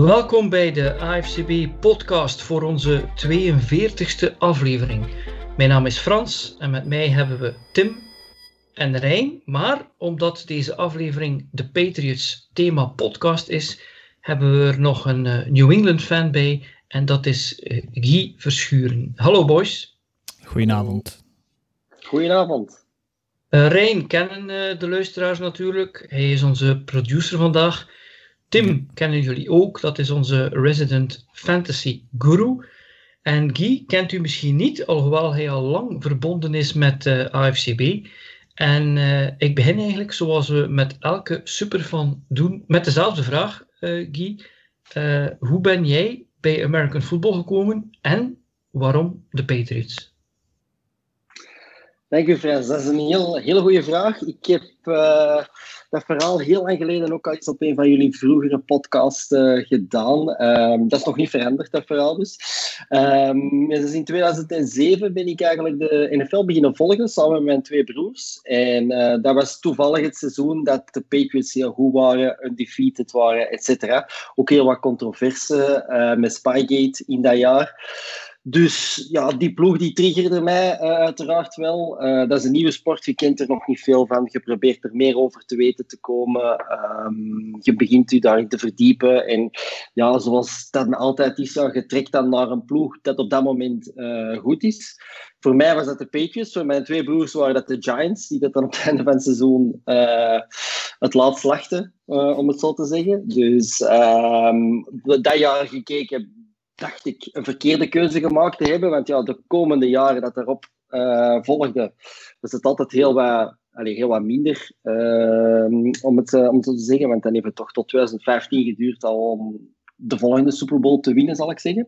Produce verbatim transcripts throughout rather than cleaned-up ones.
Welkom bij de A F C B podcast voor onze tweeënveertigste aflevering. Mijn naam is Frans en met mij hebben we Tim en Rijn. Maar omdat deze aflevering de Patriots thema podcast is, hebben we er nog een uh, New England fan bij en dat is uh, Guy Verschuren. Hallo boys. Goedenavond. Goedenavond. Uh, Rijn kennen uh, de luisteraars natuurlijk. Hij is onze producer vandaag. Tim kennen jullie ook, dat is onze resident fantasy guru. En Guy kent u misschien niet, alhoewel hij al lang verbonden is met uh, A F C B. En uh, ik begin eigenlijk, zoals we met elke superfan doen, met dezelfde vraag, uh, Guy. Uh, hoe ben jij bij American Football gekomen en waarom de Patriots? Dank u, Frans. Dat is een heel, hele goede vraag. Ik heb uh, dat verhaal heel lang geleden ook al eens op een van jullie vroegere podcasts uh, gedaan. Um, dat is nog niet veranderd, dat verhaal dus. Um, dus in tweeduizend zeven ben ik eigenlijk de N F L beginnen volgen, samen met mijn twee broers. En uh, dat was toevallig het seizoen dat de Patriots heel goed waren, undefeated waren, et cetera. Ook heel wat controverse uh, met Spygate in dat jaar. Dus ja, die ploeg die triggerde mij uh, uiteraard wel. Uh, dat is een nieuwe sport, je kent er nog niet veel van. Je probeert er meer over te weten te komen. Um, je begint je daarin te verdiepen. En ja, zoals dat altijd is, ja, je trekt dan naar een ploeg dat op dat moment uh, goed is. Voor mij was dat de Patriots. Voor mijn twee broers waren dat de Giants, die dat dan op het einde van het seizoen uh, het laatst slachten, uh, om het zo te zeggen. Dus um, dat jaar gekeken dacht ik een verkeerde keuze gemaakt te hebben, want ja, de komende jaren dat erop uh, volgden, was het altijd heel wat, allez, heel wat minder, uh, om, het, uh, om het zo te zeggen, want dan heeft het toch tot twintig vijftien geduurd al om de volgende Super Bowl te winnen, zal ik zeggen.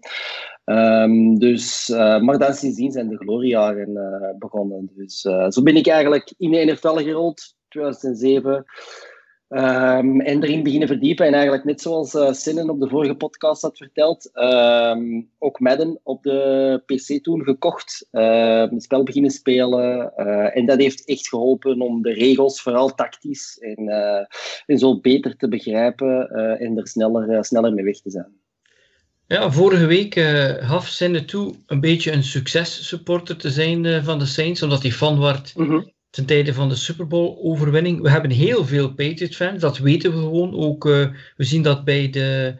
Um, dus, uh, maar dan sindsdien zijn de gloriejaren uh, begonnen. Dus uh, zo ben ik eigenlijk in de N F L gerold, tweeduizend zeven. Um, en erin beginnen verdiepen. En eigenlijk net zoals uh, Sinnen op de vorige podcast had verteld, um, ook Madden op de P C toen gekocht. Uh, het spel beginnen spelen. Uh, en dat heeft echt geholpen om de regels, vooral tactisch, en, uh, en zo beter te begrijpen uh, en er sneller, uh, sneller mee weg te zijn. Ja, vorige week uh, gaf Sinnen toe een beetje een successupporter te zijn uh, van de Saints, omdat hij fan werd mm-hmm. ten tijde van de Super Bowl overwinning. We hebben heel veel Patriots fans, dat weten we gewoon. Ook, uh, we zien dat bij de,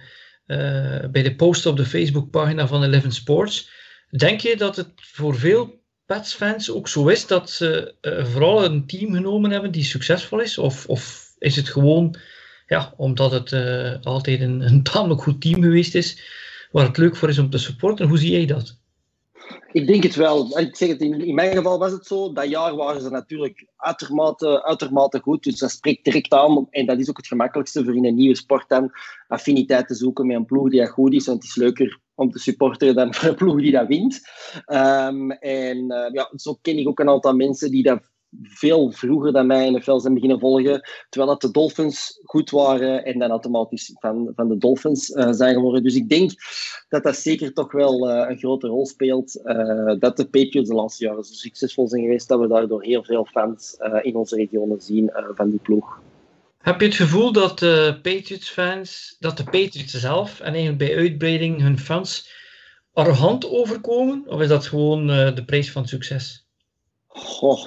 uh, bij de post op de Facebookpagina van Eleven Sports. Denk je dat het voor veel Pats fans ook zo is dat ze uh, vooral een team genomen hebben die succesvol is? Of, of is het gewoon, ja, omdat het uh, altijd een, een tamelijk goed team geweest is, waar het leuk voor is om te supporten? Hoe zie jij dat? Ik denk het wel. Ik zeg het, in, in mijn geval was het zo. Dat jaar waren ze natuurlijk uitermate, uitermate goed. Dus dat spreekt direct aan. En dat is ook het gemakkelijkste voor in een nieuwe sport dan affiniteit te zoeken met een ploeg die goed is. Want het is leuker om te supporteren dan voor een ploeg die dat wint. Um, en uh, ja, zo ken ik ook een aantal mensen die dat veel vroeger dan mij in de N F L zijn beginnen volgen, terwijl dat de Dolphins goed waren en dan automatisch van, van de Dolphins uh, zijn geworden. Dus ik denk dat dat zeker toch wel uh, een grote rol speelt, uh, dat de Patriots de laatste jaren zo succesvol zijn geweest, dat we daardoor heel veel fans uh, in onze regionen zien uh, van die ploeg. Heb je het gevoel dat de Patriots fans, dat de Patriots zelf en eigenlijk bij uitbreiding hun fans arrogant overkomen, of is dat gewoon uh, de prijs van succes? Goh,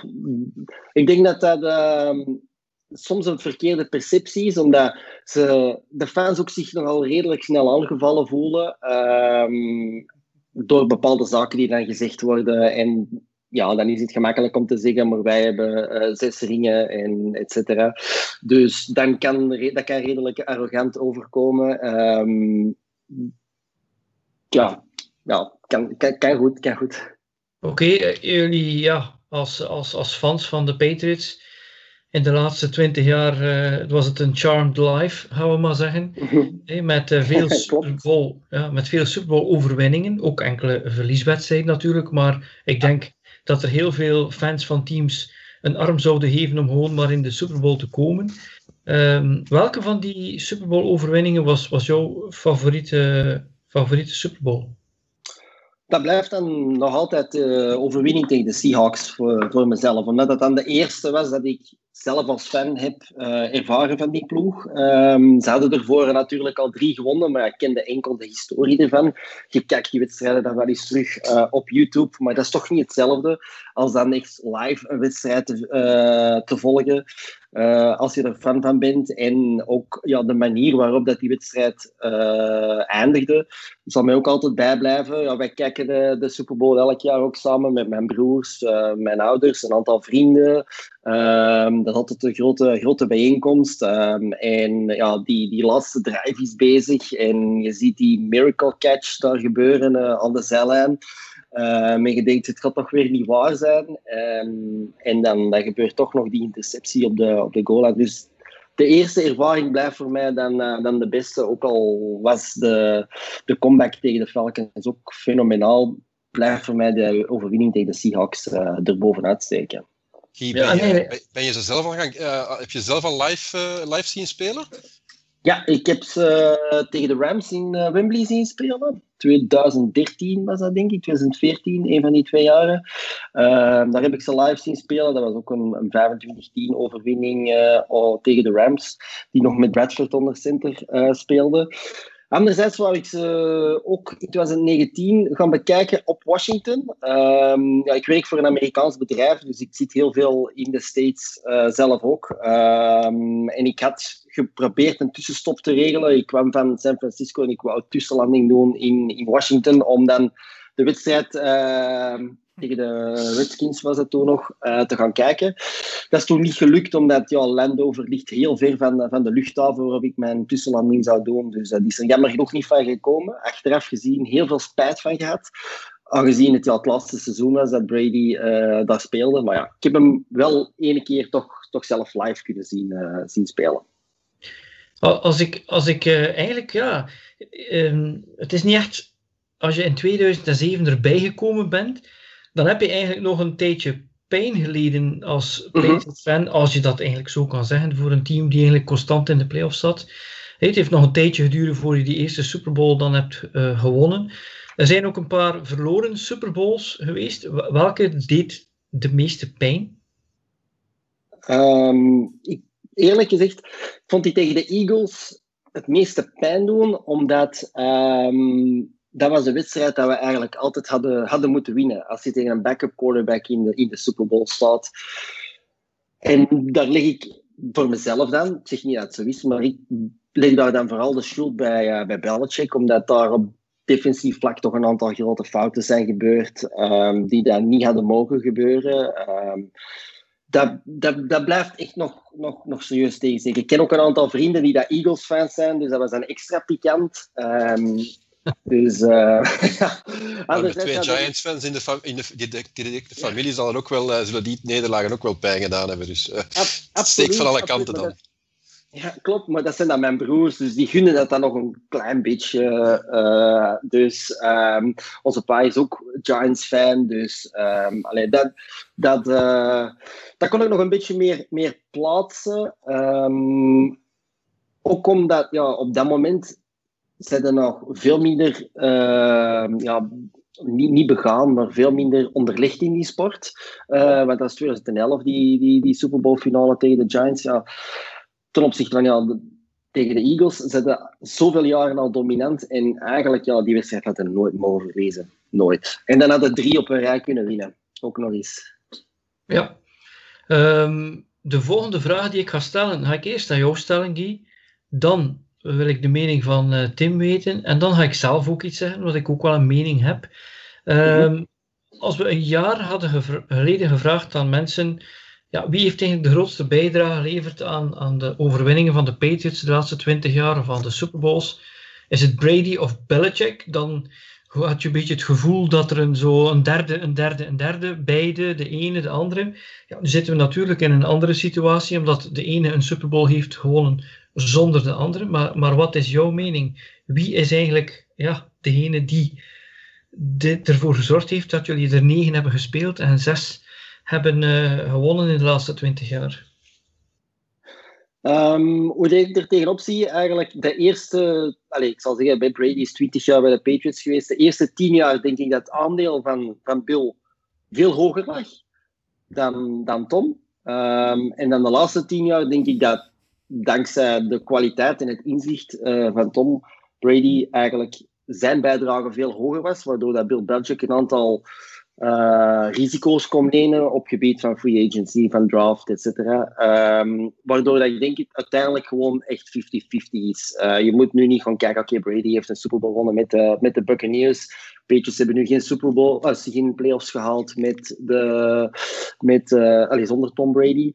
ik denk dat dat uh, soms een verkeerde perceptie is, omdat ze, de fans ook zich nogal redelijk snel aangevallen voelen um, door bepaalde zaken die dan gezegd worden. En ja, dan is het gemakkelijk om te zeggen, maar wij hebben uh, zes ringen en et cetera. Dus dan kan dat kan redelijk arrogant overkomen. Um, ja, ja kan, kan, kan goed, kan goed. Oké, okay, jullie, ja... Als, als, als fans van de Patriots in de laatste twintig jaar uh, was het een charmed life, gaan we maar zeggen. Mm-hmm. Hey, met, uh, veel Super Bowl, ja, met veel Super Bowl overwinningen, ook enkele verlieswedstrijden natuurlijk, maar ik denk dat er heel veel fans van teams een arm zouden geven om gewoon maar in de Super Bowl te komen. Um, welke van die Super Bowl overwinningen was, was jouw favoriete, favoriete Super Bowl? Dat blijft dan nog altijd de uh, overwinning tegen de Seahawks voor, voor mezelf. Omdat dat dan de eerste was dat ik zelf als fan heb uh, ervaren van die ploeg. Um, ze hadden ervoor natuurlijk al drie gewonnen, maar ik kende enkel de historie ervan. Je kijkt die wedstrijden dan wel eens terug uh, op YouTube, maar dat is toch niet hetzelfde als dan echt live een wedstrijd te, uh, te volgen. Uh, als je er fan van bent en ook ja, de manier waarop dat die wedstrijd uh, eindigde, zal mij ook altijd bijblijven. Ja, wij kijken de, de Super Bowl elk jaar ook samen met mijn broers, uh, mijn ouders, een aantal vrienden. Um, dat is altijd een grote, grote bijeenkomst. Um, en ja, die, die laatste drive is bezig en je ziet die miracle catch daar gebeuren uh, aan de zijlijn. Uh, en je denkt, het gaat toch weer niet waar zijn. Um, en dan, dan gebeurt toch nog die interceptie op de, op de goal. Dus de eerste ervaring blijft voor mij dan, uh, dan de beste. Ook al was de, de comeback tegen de Falcons ook fenomenaal, blijft voor mij de overwinning tegen de Seahawks uh, erbovenuit steken. Guy, ben, ja, nee, nee. Je, ben je ze zelf al gaan, uh, heb je zelf al live, uh, live zien spelen? Ja, ik heb ze uh, tegen de Rams in uh, Wembley zien spelen. twintig dertien was dat, denk ik. twintig veertien, een van die twee jaren. Uh, daar heb ik ze live zien spelen. Dat was ook een, een vijfentwintig tien overwinning uh, oh, tegen de Rams, die nog met Bradford onder center uh, speelde. Anderzijds wou ik ze ook in twintig negentien gaan bekijken op Washington. Um, ja, ik werk voor een Amerikaans bedrijf, dus ik zit heel veel in de States uh, zelf ook. Um, en ik had geprobeerd een tussenstop te regelen. Ik kwam van San Francisco en ik wou een tussenlanding doen in, in Washington om dan de wedstrijd uh, tegen de Redskins was het toen nog, uh, te gaan kijken. Dat is toen niet gelukt, omdat ja, Landover ligt heel ver van, van de luchthaven waarop ik mijn tussenlanding zou doen. Dus dat is er jammer genoeg niet van gekomen. Achteraf gezien heel veel spijt van gehad. Aangezien het ja, het laatste seizoen was dat Brady uh, daar speelde. Maar ja, ik heb hem wel ene keer toch, toch zelf live kunnen zien, uh, zien spelen. Als ik, als ik uh, eigenlijk, ja, um, het is niet echt, als je in tweeduizend zeven erbij gekomen bent, dan heb je eigenlijk nog een tijdje pijn geleden als Patriots-fan, mm-hmm. als je dat eigenlijk zo kan zeggen, voor een team die eigenlijk constant in de playoffs zat. Het heeft nog een tijdje geduurd voor je die eerste Super Bowl dan hebt uh, gewonnen. Er zijn ook een paar verloren Super Bowls geweest. Welke deed de meeste pijn? Um, ik, eerlijk gezegd vond hij tegen de Eagles het meeste pijn doen, omdat um, dat was de wedstrijd dat we eigenlijk altijd hadden, hadden moeten winnen. Als je tegen een backup quarterback in de, in de Super Bowl staat. En daar leg ik voor mezelf dan, ik zeg niet dat het zo is, maar ik leg daar dan vooral de schuld bij, uh, bij Belichick, omdat daar op defensief vlak toch een aantal grote fouten zijn gebeurd, um, die dan niet hadden mogen gebeuren. Um, dat, dat, dat blijft echt nog, nog, nog serieus tegenzeggen. Ik ken ook een aantal vrienden die dat Eagles-fans zijn, dus dat was dan extra pikant. Um, Dus, uh, ja. Maar met twee Giants-fans in de, fam- in de, die, die, die, die familie zal er ook wel, uh, zullen die nederlagen ook wel pijn gedaan hebben. Dus uh, Ab- steek van alle kanten dan. Dat, ja, klopt, maar dat zijn dan mijn broers, dus die gunnen dat dan nog een klein beetje. Uh, dus um, onze pa is ook Giants-fan, dus um, allee, dat, dat, uh, dat kon ik nog een beetje meer, meer plaatsen. Um, ook omdat ja, op dat moment zijn er nog veel minder, uh, ja, niet, niet begaan, maar veel minder onderlegd in die sport. Uh, want dat is twintig elf, die, die, die Super Bowl finale tegen de Giants. Ja, ten opzichte van ja, de, tegen de Eagles zijn ze zoveel jaren al dominant. En eigenlijk, ja, die wedstrijd hadden nooit mogen verliezen. Nooit. En dan hadden drie op een rij kunnen winnen. Ook nog eens. Ja. Um, de volgende vraag die ik ga stellen, ga ik eerst aan jou stellen, Guy. Dan wil ik de mening van uh, Tim weten. En dan ga ik zelf ook iets zeggen, wat ik ook wel een mening heb. Um, mm-hmm. Als we een jaar hadden gevra- geleden gevraagd aan mensen, ja, wie heeft eigenlijk de grootste bijdrage geleverd aan, aan de overwinningen van de Patriots de laatste twintig jaar of aan de Super Bowls? Is het Brady of Belichick? Dan had je een beetje het gevoel dat er een, zo een derde, een derde, een derde, beide, de ene, de andere. Ja, nu zitten we natuurlijk in een andere situatie, omdat de ene een Super Bowl heeft gewonnen zonder de andere. Maar, maar wat is jouw mening? Wie is eigenlijk ja, degene die de, ervoor gezorgd heeft dat jullie er negen hebben gespeeld en zes hebben uh, gewonnen in de laatste twintig jaar? Um, hoe ik er tegenop zie, eigenlijk de eerste, allez, ik zal zeggen, bij Brady is twintig jaar bij de Patriots geweest. De eerste tien jaar denk ik dat het aandeel van, van Bill veel hoger lag dan, dan Tom. Um, en dan de laatste tien jaar denk ik dat dankzij de kwaliteit en het inzicht uh, van Tom Brady eigenlijk zijn bijdrage veel hoger was, waardoor dat Bill Belichick een aantal uh, risico's kon nemen op gebied van free agency, van draft, et cetera. Um, waardoor dat ik denk het uiteindelijk gewoon echt fifty fifty is. Uh, je moet nu niet gaan kijken, oké, okay, Brady heeft een Super Bowl gewonnen met de, met de Buccaneers. Patriots hebben nu geen Super Bowl, als ze geen playoffs gehaald met de, met, uh, allez, zonder Tom Brady.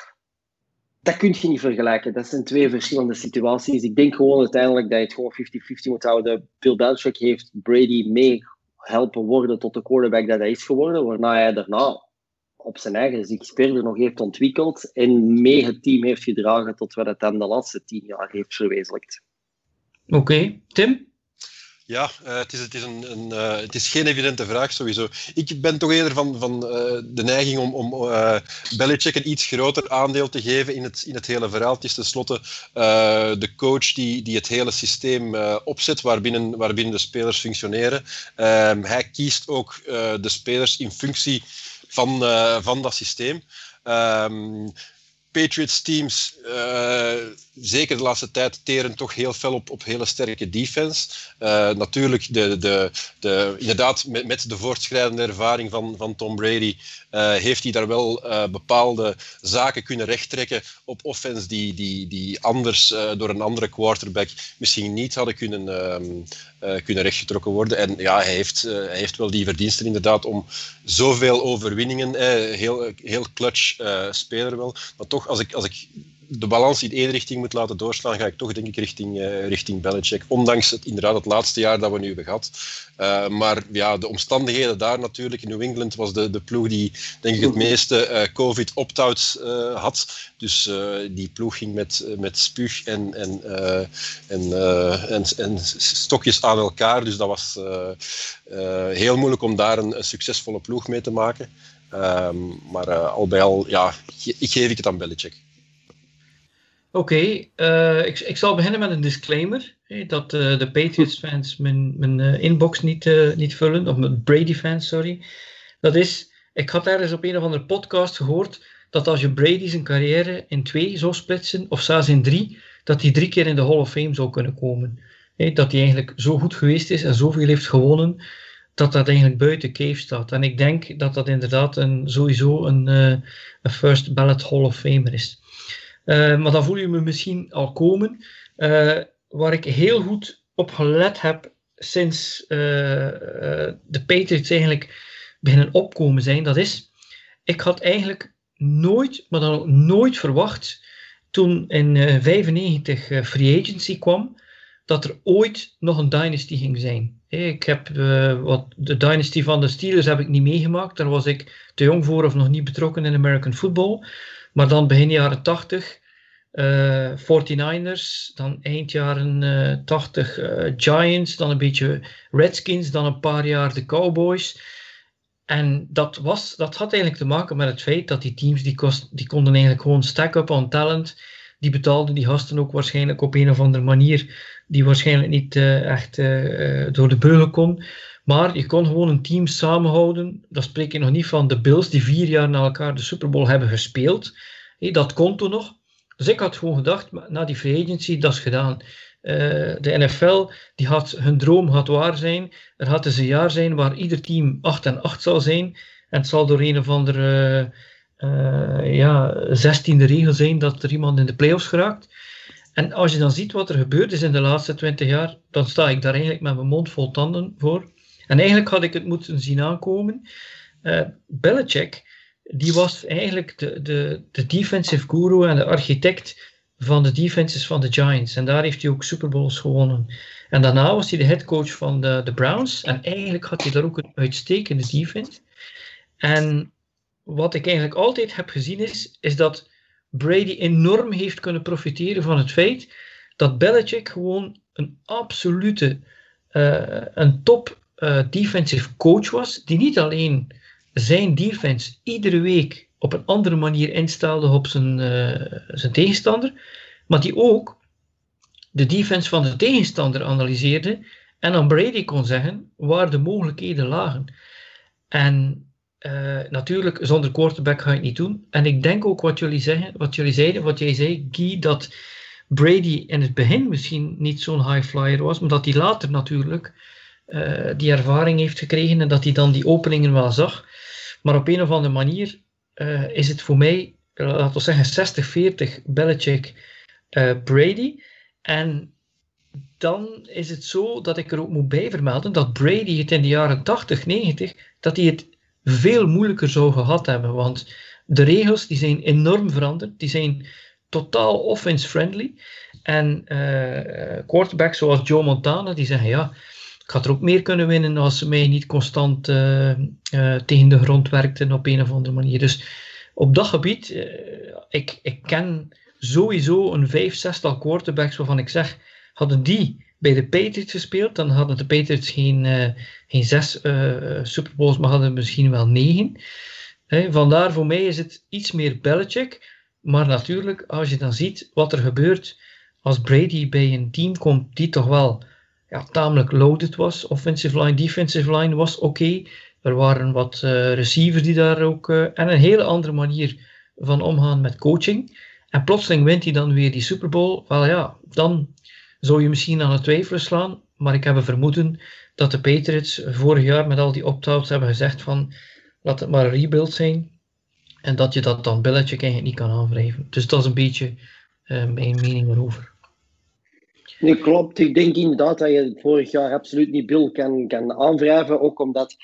Dat kun je niet vergelijken. Dat zijn twee verschillende situaties. Ik denk gewoon uiteindelijk dat je het gewoon fifty fifty moet houden. Bill Belichick heeft Brady mee helpen worden tot de quarterback dat hij is geworden, waarna hij daarna op zijn eigen zich verder nog heeft ontwikkeld en mee het team heeft gedragen tot wat het dan de laatste tien jaar heeft verwezenlijkt. Oké, okay. Tim? Ja, uh, het, is, het, is een, een, uh, het is geen evidente vraag sowieso. Ik ben toch eerder van, van uh, de neiging om, om uh, Belichick een iets groter aandeel te geven in het, in het hele verhaal. Het is tenslotte uh, de coach die, die het hele systeem uh, opzet waarbinnen, waarbinnen de spelers functioneren. Uh, hij kiest ook uh, de spelers in functie van, uh, van dat systeem. Um, Patriots teams, uh, zeker de laatste tijd, teren toch heel fel op, op hele sterke defense. Uh, natuurlijk, de, de, de, inderdaad, met, met de voortschrijdende ervaring van, van Tom Brady, uh, heeft hij daar wel uh, bepaalde zaken kunnen rechttrekken op offense die, die, die anders uh, door een andere quarterback misschien niet hadden kunnen, uh, uh, kunnen rechtgetrokken worden. En ja, hij heeft, uh, hij heeft wel die verdiensten inderdaad om zoveel overwinningen, eh, heel, heel clutch uh, speler wel, maar toch, als ik, als ik de balans in één richting moet laten doorslaan, ga ik toch denk ik richting, uh, richting Belichick. Ondanks het, inderdaad het laatste jaar dat we nu hebben gehad. Uh, maar ja, de omstandigheden daar natuurlijk. In New England was de, de ploeg die denk ik het meeste uh, COVID opt-outs uh, had. Dus uh, die ploeg ging met, met spuug en, en, uh, en, uh, en, en stokjes aan elkaar. Dus dat was uh, uh, heel moeilijk om daar een, een succesvolle ploeg mee te maken. Um, maar uh, al bij al, ja, ik geef ik het aan Belichick. Oké, okay, uh, ik, ik zal beginnen met een disclaimer. Hey, dat uh, de Patriots-fans mijn, mijn uh, inbox niet, uh, niet vullen. Of mijn Brady-fans, sorry. Dat is, ik had ergens op een of andere podcast gehoord dat als je Brady zijn carrière in twee zou splitsen, of zelfs in drie, dat hij drie keer in de Hall of Fame zou kunnen komen. Hey, dat hij eigenlijk zo goed geweest is en zoveel heeft gewonnen, dat dat eigenlijk buiten cave staat. En ik denk dat dat inderdaad een, sowieso een, uh, een first ballot Hall of Famer is. Uh, maar dan voel je me misschien al komen. Uh, waar ik heel goed op gelet heb sinds uh, uh, de Patriots eigenlijk beginnen opkomen zijn, dat is, ik had eigenlijk nooit, maar dan ook nooit verwacht, toen in uh, vijfennegentig uh, free agency kwam, dat er ooit nog een dynasty ging zijn. Hey, ik heb uh, wat, de dynasty van de Steelers heb ik niet meegemaakt, daar was ik te jong voor of nog niet betrokken in American football. Maar dan begin jaren tachtig, uh, forty-niners, dan eind jaren uh, tachtig uh, Giants, dan een beetje Redskins, dan een paar jaar de Cowboys. En dat, was, dat had eigenlijk te maken met het feit dat die teams, die, kost, die konden eigenlijk gewoon stack-up on talent. Die betaalden die gasten ook waarschijnlijk op een of andere manier, die waarschijnlijk niet uh, echt uh, door de beugel kon. Maar je kon gewoon een team samenhouden. Dan spreek je nog niet van de Bills die vier jaar na elkaar de Super Bowl hebben gespeeld. Hey, dat kon toen nog. Dus ik had gewoon gedacht, na die free agency, dat is gedaan. Uh, de N F L, die had, hun droom gaat waar zijn. Er gaat dus een jaar zijn waar ieder team acht en acht zal zijn. En het zal door een of andere uh, ja, zestiende regel zijn dat er iemand in de playoffs geraakt. En als je dan ziet wat er gebeurd is in de laatste twintig jaar, dan sta ik daar eigenlijk met mijn mond vol tanden voor. En eigenlijk had ik het moeten zien aankomen. Uh, Belichick, die was eigenlijk de, de, de defensive guru en de architect van de defenses van de Giants. En daar heeft hij ook Super Bowls gewonnen. En daarna was hij de headcoach van de, de Browns. En eigenlijk had hij daar ook een uitstekende defense. En wat ik eigenlijk altijd heb gezien is, is dat Brady enorm heeft kunnen profiteren van het feit dat Belichick gewoon een absolute, uh, een top uh, defensive coach was, die niet alleen zijn defense iedere week op een andere manier instelde op zijn, uh, zijn tegenstander, maar die ook de defense van de tegenstander analyseerde en aan Brady kon zeggen waar de mogelijkheden lagen. En uh, natuurlijk, zonder quarterback ga je het niet doen. En ik denk ook wat jullie zeggen, wat jullie zeiden, wat jij zei, Guy, dat Brady in het begin misschien niet zo'n high flyer was, maar dat hij later natuurlijk uh, die ervaring heeft gekregen en dat hij dan die openingen wel zag. Maar op een of andere manier uh, is het voor mij, uh, laten we zeggen, zestig veertig Belichick uh, Brady. En dan is het zo dat ik er ook moet bij vermelden dat Brady het in de jaren tachtig, negentig, dat hij het veel moeilijker zou gehad hebben. Want de regels die zijn enorm veranderd. Die zijn totaal offense-friendly. En uh, quarterbacks zoals Joe Montana, die zeggen, ja, ik had er ook meer kunnen winnen als ze mij niet constant uh, uh, tegen de grond werkten op een of andere manier. Dus op dat gebied, uh, ik, ik ken sowieso een vijf, zestal quarterbacks waarvan ik zeg, hadden die bij de Patriots gespeeld, dan hadden de Patriots geen, uh, geen zes uh, Super Bowls, maar hadden misschien wel negen. He, vandaar voor mij is het iets meer Belichick. Maar natuurlijk, als je dan ziet wat er gebeurt als Brady bij een team komt die toch wel ja, tamelijk loaded was. Offensive line, defensive line was oké. Okay. Er waren wat uh, receivers die daar ook... Uh, en een hele andere manier van omgaan met coaching. En plotseling wint hij dan weer die Super Bowl. Wel ja, dan zou je misschien aan het twijfelen slaan. Maar ik heb een vermoeden dat de Patriots vorig jaar met al die opt-outs hebben gezegd van laat het maar een rebuild zijn. En dat je dat dan Belichick eigenlijk niet kan aanwrijven. Dus dat is een beetje uh, mijn mening erover. Nee, klopt. Ik denk inderdaad dat je vorig jaar absoluut niet Bill kan, kan aanwrijven. Ook omdat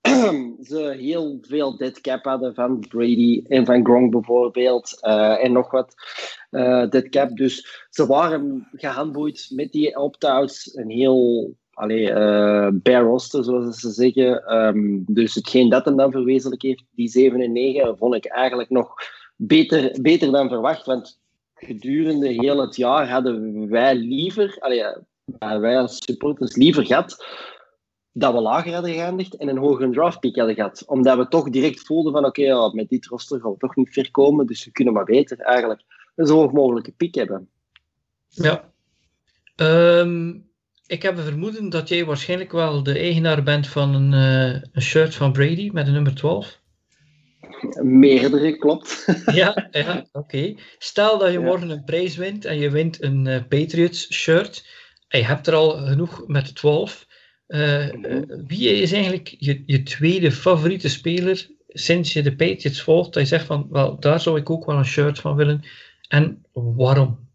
ze heel veel dead cap hadden van Brady en van Gronk bijvoorbeeld. Uh, en nog wat uh, dead cap. Dus ze waren gehandboeid met die opt-outs. Een heel allee, uh, bare roster, zoals ze zeggen. Um, dus hetgeen dat hem dan verwezenlijk heeft, die zeven en negen, vond ik eigenlijk nog beter, beter dan verwacht. Want gedurende heel het jaar hadden wij liever, allee, wij als supporters liever gehad dat we lager hadden geëindigd en een hogere draftpick hadden gehad. Omdat we toch direct voelden van oké, okay, ja, met dit roster gaan we toch niet ver komen, dus we kunnen maar beter eigenlijk een zo hoog mogelijke pick hebben. Ja. Um, ik heb een vermoeden dat jij waarschijnlijk wel de eigenaar bent van een, uh, een shirt van Brady met de nummer twaalf. Meerdere, klopt. Ja, ja oké. Okay. Stel dat je ja. morgen een prijs wint en je wint een uh, Patriots shirt en je hebt er al genoeg met de twaalf. Uh, uh, wie is eigenlijk je, je tweede favoriete speler sinds je de Patriots volgt, dat je zegt van, wel, daar zou ik ook wel een shirt van willen. En waarom?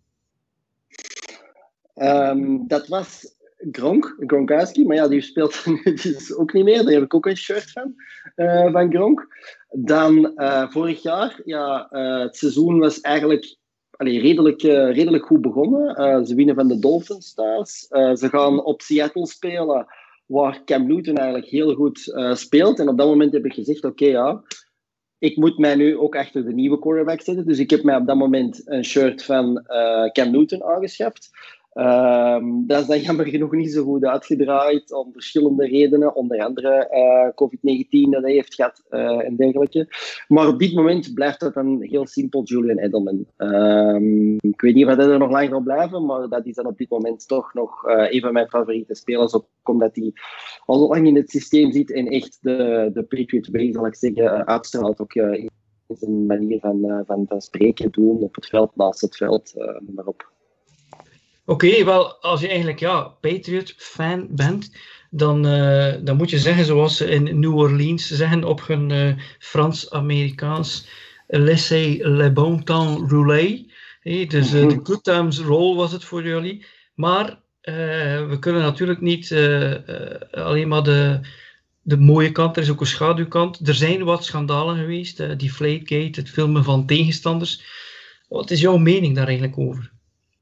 Um, dat was Gronk, Gronkowski, maar ja, die speelt nu dus ook niet meer. Daar heb ik ook een shirt van, uh, van Gronk. Dan uh, vorig jaar, ja, uh, het seizoen was eigenlijk allee, redelijk, uh, redelijk goed begonnen. Uh, ze winnen van de Dolphins thuis. Uh, ze gaan op Seattle spelen, waar Cam Newton eigenlijk heel goed uh, speelt. En op dat moment heb ik gezegd, oké, okay, ja, ik moet mij nu ook achter de nieuwe quarterback zetten. Dus ik heb mij op dat moment een shirt van uh, Cam Newton aangeschaft. Um, dat is dan jammer genoeg niet zo goed uitgedraaid, om verschillende redenen, onder andere uh, covid negentien dat hij heeft gehad uh, en dergelijke. Maar op dit moment blijft dat dan heel simpel Julian Edelman. Um, ik weet niet of hij er nog lang zal blijven, maar dat is dan op dit moment toch nog uh, een van mijn favoriete spelers, ook omdat hij al zo lang in het systeem zit en echt de, de Patriot way, zal ik zeggen, uh, uitstraalt ook uh, in zijn manier van, uh, van, van spreken, doen op het veld, naast het veld, uh, maar op. Oké, okay, wel, als je eigenlijk ja, Patriot-fan bent, dan, uh, dan moet je zeggen zoals ze in New Orleans zeggen op hun uh, Frans-Amerikaans laissez le bon temps rouler. Hey, dus uh, de good times roll was het voor jullie. Maar uh, we kunnen natuurlijk niet uh, uh, alleen maar de, de mooie kant, er is ook een schaduwkant. Er zijn wat schandalen geweest, uh, die Deflategate, het filmen van tegenstanders. Wat is jouw mening daar eigenlijk over?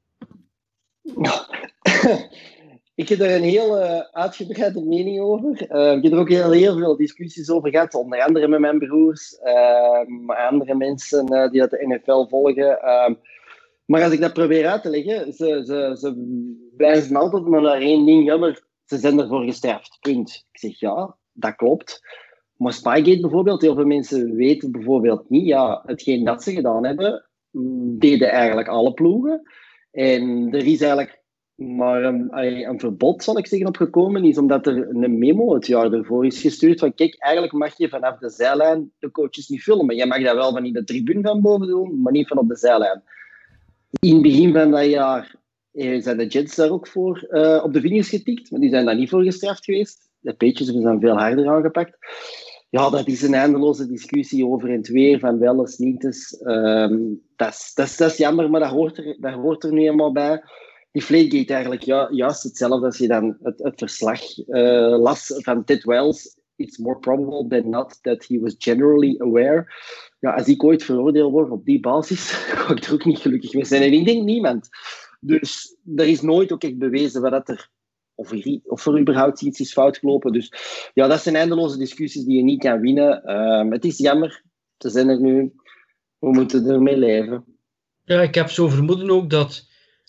Ik heb daar een heel uh, uitgebreide mening over. Uh, ik heb er ook heel, heel veel discussies over gehad, onder andere met mijn broers, uh, maar andere mensen uh, die dat de N F L volgen. Uh, maar als ik dat probeer uit te leggen, ze, ze, ze wijzen altijd maar naar één ding. Ja, maar ze zijn ervoor gestraft, punt. Ik zeg ja, dat klopt. Maar Spygate bijvoorbeeld, heel veel mensen weten bijvoorbeeld niet, ja, hetgeen dat ze gedaan hebben, deden eigenlijk alle ploegen. En er is eigenlijk maar um, een verbod, zal ik zeggen, opgekomen is omdat er een memo het jaar ervoor is gestuurd van kijk, eigenlijk mag je vanaf de zijlijn de coaches niet filmen. Je mag dat wel van in de tribune van boven doen, maar niet van op de zijlijn. In het begin van dat jaar zijn de Jets daar ook voor uh, op de vingers getikt, maar die zijn daar niet voor gestraft geweest. De Patriots zijn veel harder aangepakt. Ja, dat is een eindeloze discussie over en het weer, van wel eens niet eens. Um, dat, is, dat, is, dat is jammer, maar dat hoort er, dat hoort er nu eenmaal bij. Die Deflategate eigenlijk ja, juist hetzelfde als je dan het, het verslag uh, las van Ted Wells. It's more probable than not that he was generally aware. Ja, als ik ooit veroordeeld word op die basis, ga ik er ook niet gelukkig mee zijn. En ik denk niemand. Dus er is nooit ook echt bewezen wat er, of er, of er überhaupt iets is fout gelopen. Dus ja, dat zijn eindeloze discussies die je niet kan winnen. Um, het is jammer. Ze zijn er nu. We moeten ermee leven. Ja, ik heb zo vermoeden ook dat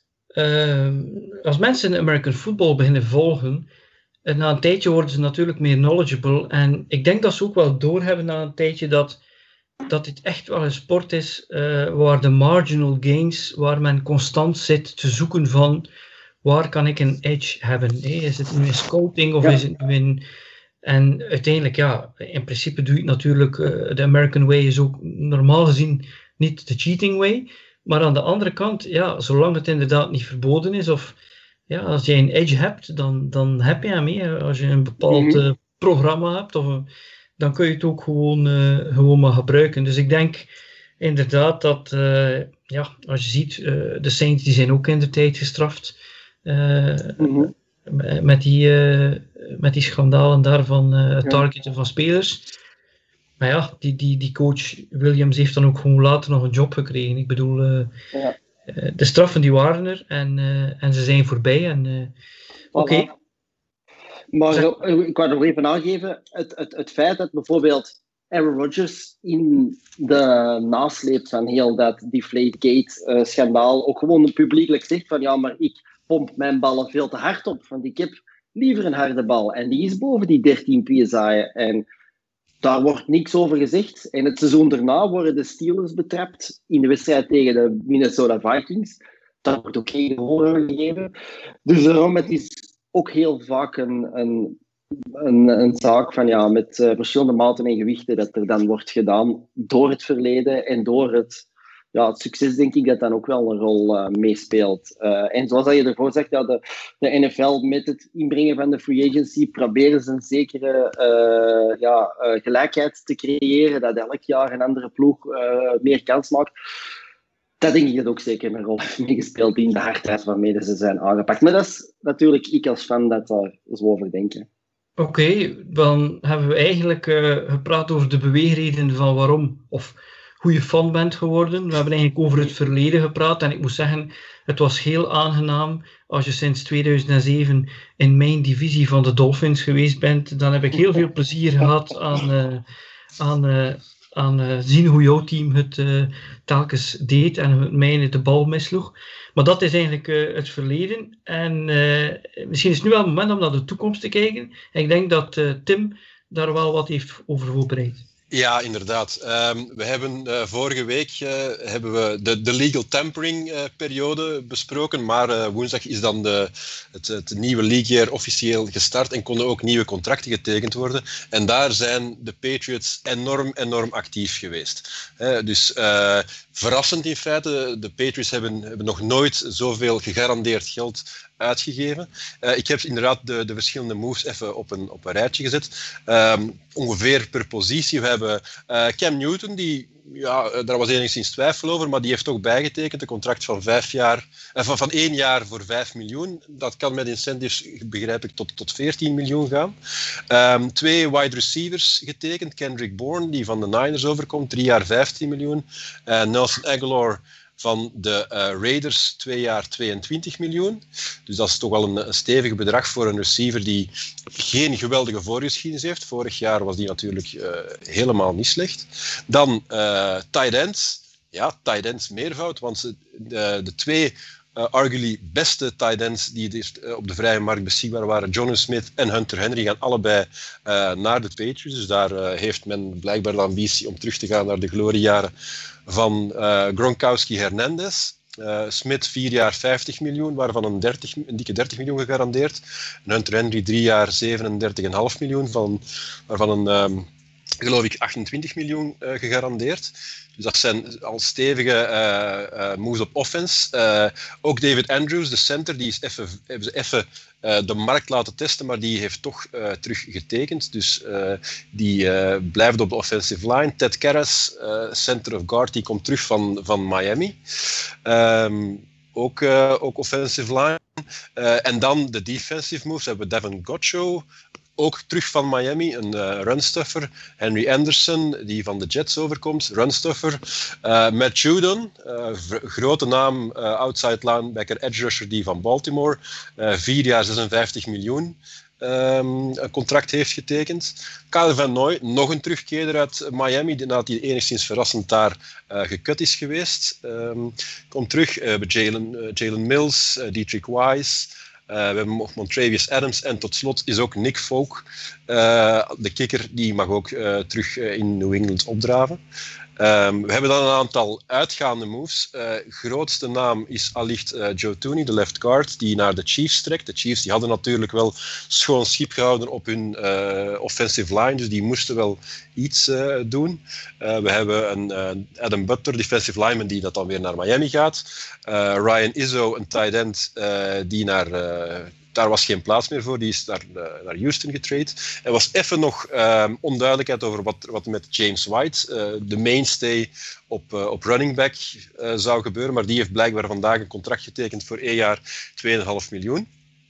uh, als mensen American football beginnen volgen, en na een tijdje worden ze natuurlijk meer knowledgeable. En ik denk dat ze ook wel doorhebben na een tijdje dat, dat dit echt wel een sport is uh, waar de marginal gains, waar men constant zit te zoeken van waar kan ik een edge hebben. Hey, is het nu in scouting of ja. is het nu in... En uiteindelijk, ja, in principe doe je het natuurlijk, uh, de American way is ook normaal gezien niet de cheating way. Maar aan de andere kant, ja, zolang het inderdaad niet verboden is, of ja, als je een edge hebt, dan, dan heb je hem mee. Als je een bepaald uh, programma hebt, of, uh, dan kun je het ook gewoon, uh, gewoon maar gebruiken. Dus ik denk inderdaad dat, uh, ja, als je ziet, uh, de Saints die zijn ook in de tijd gestraft. Uh, mm-hmm. met, die, uh, met die schandalen daar van uh, het targeten van spelers. Maar ja, die, die, die coach Williams heeft dan ook gewoon later nog een job gekregen. Ik bedoel, uh, ja. uh, de straffen die waren er en, uh, en ze zijn voorbij. En, uh, Oké. Okay. Maar zeg... ik wou nog even aangeven, het, het, het feit dat bijvoorbeeld Aaron Rodgers in de nasleep van heel dat Deflategate-schandaal uh, ook gewoon publiekelijk zegt van ja, maar ik pomp mijn ballen veel te hard op, want ik heb liever een harde bal. En die is boven die dertien P S I. En daar wordt niks over gezegd. En het seizoen daarna worden de Steelers betrapt in de wedstrijd tegen de Minnesota Vikings. Daar wordt ook geen gehoor aan gegeven. Dus daarom, het is ook heel vaak een, een, een, een zaak van, ja, met uh, verschillende maten en gewichten dat er dan wordt gedaan door het verleden en door het, ja, het succes, denk ik, dat dan ook wel een rol uh, meespeelt. Uh, en zoals je ervoor zegt, ja, de, de N F L met het inbrengen van de free agency proberen ze een zekere uh, ja, uh, gelijkheid te creëren, dat elk jaar een andere ploeg uh, meer kans maakt. Dat denk ik dat ook zeker een rol heeft meegespeeld in de hardheid waarmee ze zijn aangepakt. Maar dat is natuurlijk ik als fan dat daar zo over denken. Oké, okay, dan hebben we eigenlijk uh, gepraat over de beweegredenen van waarom, of hoe je fan bent geworden. We hebben eigenlijk over het verleden gepraat en ik moet zeggen, het was heel aangenaam als je sinds tweeduizend zeven in mijn divisie van de Dolphins geweest bent. Dan heb ik heel veel plezier gehad aan, uh, aan, uh, aan uh, zien hoe jouw team het uh, telkens deed en het mijne de bal misloeg. Maar dat is eigenlijk uh, het verleden en uh, misschien is het nu wel het moment om naar de toekomst te kijken. En ik denk dat uh, Tim daar wel wat heeft over voorbereid. Ja, inderdaad. Um, we hebben uh, vorige week uh, hebben we de, de legal tampering uh, periode besproken, maar uh, woensdag is dan de, het, het nieuwe league year officieel gestart en konden ook nieuwe contracten getekend worden. En daar zijn de Patriots enorm, enorm actief geweest. Uh, dus uh, verrassend in feite, de Patriots hebben, hebben nog nooit zoveel gegarandeerd geld uitgegeven. Uh, ik heb inderdaad de, de verschillende moves even op een, op een rijtje gezet. Um, ongeveer per positie. We hebben uh, Cam Newton, die, ja, daar was enigszins twijfel over, maar die heeft toch bijgetekend. Een contract van vijf jaar, uh, van, van één jaar voor vijf miljoen. Dat kan met incentives, begrijp ik, tot, tot veertien miljoen gaan. Um, twee wide receivers getekend. Kendrick Bourne, die van de Niners overkomt, drie jaar vijftien miljoen. Uh, Nelson Aguilar van de uh, Raiders, twee jaar tweeëntwintig miljoen. Dus dat is toch wel een, een stevig bedrag voor een receiver die geen geweldige voorgeschiedenis heeft. Vorig jaar was die natuurlijk uh, helemaal niet slecht. Dan uh, tight ends. Ja, tight ends meervoud, want de, de twee uh, arguably beste tight ends die er, uh, op de vrije markt beschikbaar waren, Jonnu Smith en Hunter Henry, gaan allebei uh, naar de Patriots. Dus daar uh, heeft men blijkbaar de ambitie om terug te gaan naar de gloriejaren van uh, Gronkowski Hernandez. Uh, Smith vier jaar vijftig miljoen, waarvan een, dertig, een dikke dertig miljoen gegarandeerd. En Hunter Henry drie jaar zevenendertig komma vijf miljoen, van, waarvan een, um, geloof ik, achtentwintig miljoen uh, gegarandeerd. Dus dat zijn al stevige uh, uh, moves op offense. Uh, ook David Andrews, de center, die is even, hebben ze even uh, de markt laten testen, maar die heeft toch uh, terug getekend. Dus uh, die uh, blijft op de offensive line. Ted Karras, uh, center of guard, die komt terug van, van Miami. Um, ook, uh, ook offensive line. Uh, en dan de defensive moves hebben we Devin Gotcho, ook terug van Miami, een uh, runstuffer. Henry Anderson, die van de Jets overkomt, runstuffer. Uh, Matt Judon, uh, v- grote naam, uh, outside linebacker, edge rusher, die van Baltimore. Uh, vier jaar zesenvijftig miljoen. Um, een contract heeft getekend. Kyle Van Noy, nog een terugkeerder uit Miami, nadat hij enigszins verrassend daar uh, gekut is geweest. Um, komt terug. Uh, we hebben Jalen, uh, Jalen Mills, uh, Dietrich Wise. Uh, we hebben nog Montravius Adams en tot slot is ook Nick Folk, uh, de kikker, die mag ook uh, terug uh, in New England opdraven. Um, we hebben dan een aantal uitgaande moves. Uh, grootste naam is allicht uh, Joe Thuney, de left guard, die naar de Chiefs trekt. De Chiefs die hadden natuurlijk wel schoon schip gehouden op hun uh, offensive line, dus die moesten wel iets uh, doen. Uh, we hebben een uh, Adam Butler, defensive lineman, die dat dan weer naar Miami gaat. Uh, Ryan Izzo, een tight end, uh, die naar... Uh, Daar was geen plaats meer voor, die is naar, uh, naar Houston getrade. Er was even nog uh, onduidelijkheid over wat, wat met James White, uh, de mainstay op, uh, op running back, uh, zou gebeuren. Maar die heeft blijkbaar vandaag een contract getekend voor één jaar twee komma vijf miljoen.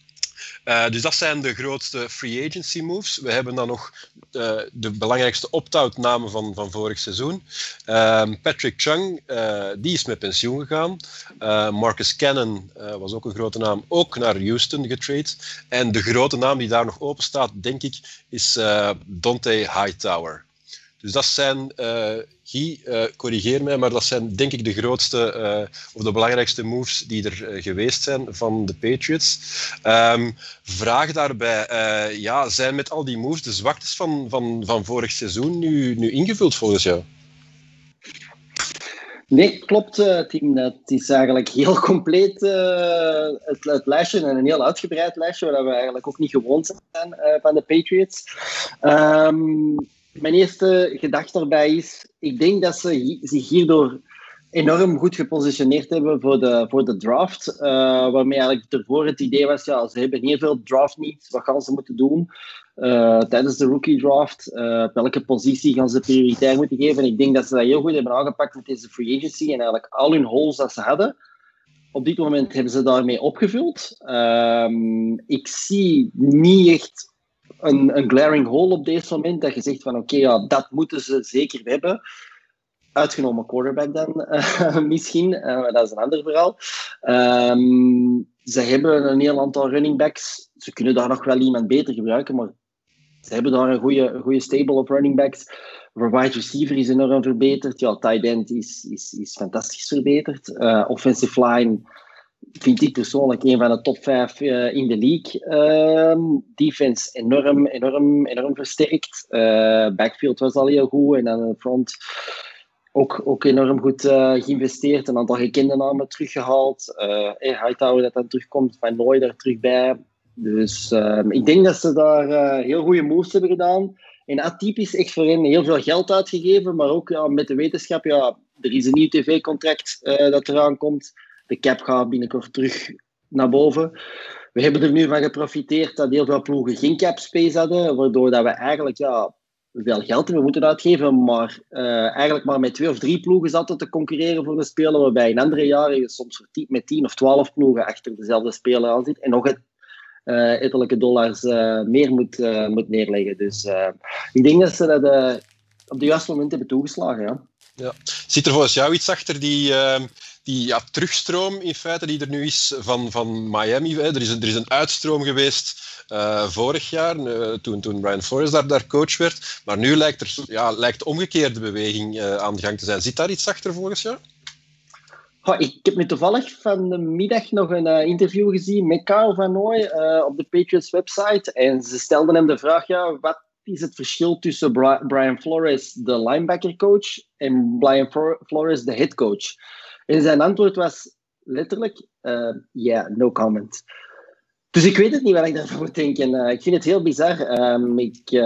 Uh, dus dat zijn de grootste free agency moves. We hebben dan nog uh, de belangrijkste opt-out namen van, van vorig seizoen. Uh, Patrick Chung, uh, die is met pensioen gegaan. Uh, Marcus Cannon uh, was ook een grote naam, ook naar Houston getrade. En de grote naam die daar nog open staat, denk ik, is uh, Dante Hightower. Dus dat zijn, uh, Guy, uh, corrigeer mij, maar dat zijn denk ik de grootste uh, of de belangrijkste moves die er uh, geweest zijn van de Patriots. Um, vraag daarbij, uh, ja, zijn met al die moves de zwaktes van, van, van vorig seizoen nu, nu ingevuld volgens jou? Nee, klopt, uh, Tim. Het is eigenlijk heel compleet uh, het, het lijstje en een heel uitgebreid lijstje, waar we eigenlijk ook niet gewoon zijn uh, van de Patriots. Um, Mijn eerste gedachte daarbij is, ik denk dat ze hi- zich hierdoor enorm goed gepositioneerd hebben voor de, voor de draft. Uh, waarmee eigenlijk ervoor het idee was, ja, ze hebben heel veel draft needs, wat gaan ze moeten doen uh, tijdens de rookie draft? Uh, op welke positie gaan ze prioriteit moeten geven? En ik denk dat ze dat heel goed hebben aangepakt met deze free agency en eigenlijk al hun holes dat ze hadden. Op dit moment hebben ze daarmee opgevuld. Um, ik zie niet echt Een, een glaring hole op deze moment, dat je zegt van oké, okay, ja, dat moeten ze zeker hebben. Uitgenomen quarterback dan uh, misschien, uh, dat is een ander verhaal. Um, ze hebben een heel aantal running backs. Ze kunnen daar nog wel iemand beter gebruiken, maar ze hebben daar een goede, een goede stable op running backs. Voor wide receiver is enorm verbeterd. Ja, tight end is, is, is fantastisch verbeterd. Uh, offensive line vind ik persoonlijk een van de top vijf uh, in de league. Uh, defense enorm, enorm, enorm versterkt. Uh, backfield was al heel goed. En dan front ook, ook enorm goed uh, geïnvesteerd. Een aantal gekende namen teruggehaald. Uh, hey, Hightower dat dan terugkomt. Van Noy daar terug bij. Dus uh, ik denk dat ze daar uh, heel goede moves hebben gedaan. En atypisch echt voor hen heel veel geld uitgegeven. Maar ook ja, met de wetenschap. Ja, er is een nieuw tv-contract uh, dat eraan komt. De cap gaat binnenkort terug naar boven. We hebben er nu van geprofiteerd dat heel veel ploegen geen cap space hadden, waardoor dat we eigenlijk ja, veel geld hebben moeten uitgeven, maar uh, eigenlijk maar met twee of drie ploegen zaten te concurreren voor de speler, waarbij in andere jaren je soms met tien of twaalf ploegen achter dezelfde speler aan zit en nog het uh, etelijke dollars uh, meer moet, uh, moet neerleggen. Dus uh, ik denk dat ze dat uh, op de juiste moment hebben toegeslagen. Ja. Ja. Zit er volgens jou iets achter die... Uh... Die ja, terugstroom in feite die er nu is van, van Miami. Hè. Er, is een, er is een uitstroom geweest uh, vorig jaar, uh, toen, toen Brian Flores daar, daar coach werd. Maar nu lijkt er ja, lijkt de omgekeerde beweging uh, aan de gang te zijn. Zit daar iets achter volgens jou? Oh, ik heb nu toevallig van de middag nog een uh, interview gezien met Kyle Van Noy uh, op de Patriots website. En ze stelden hem de vraag, ja, wat is het verschil tussen Bri- Brian Flores, de linebacker coach, en Brian Flores, de head coach? En zijn antwoord was, letterlijk. Ja, uh, yeah, no comment. Dus ik weet het niet wat ik daarvan moet denken. Uh, ik vind het heel bizar. Um, ik, uh,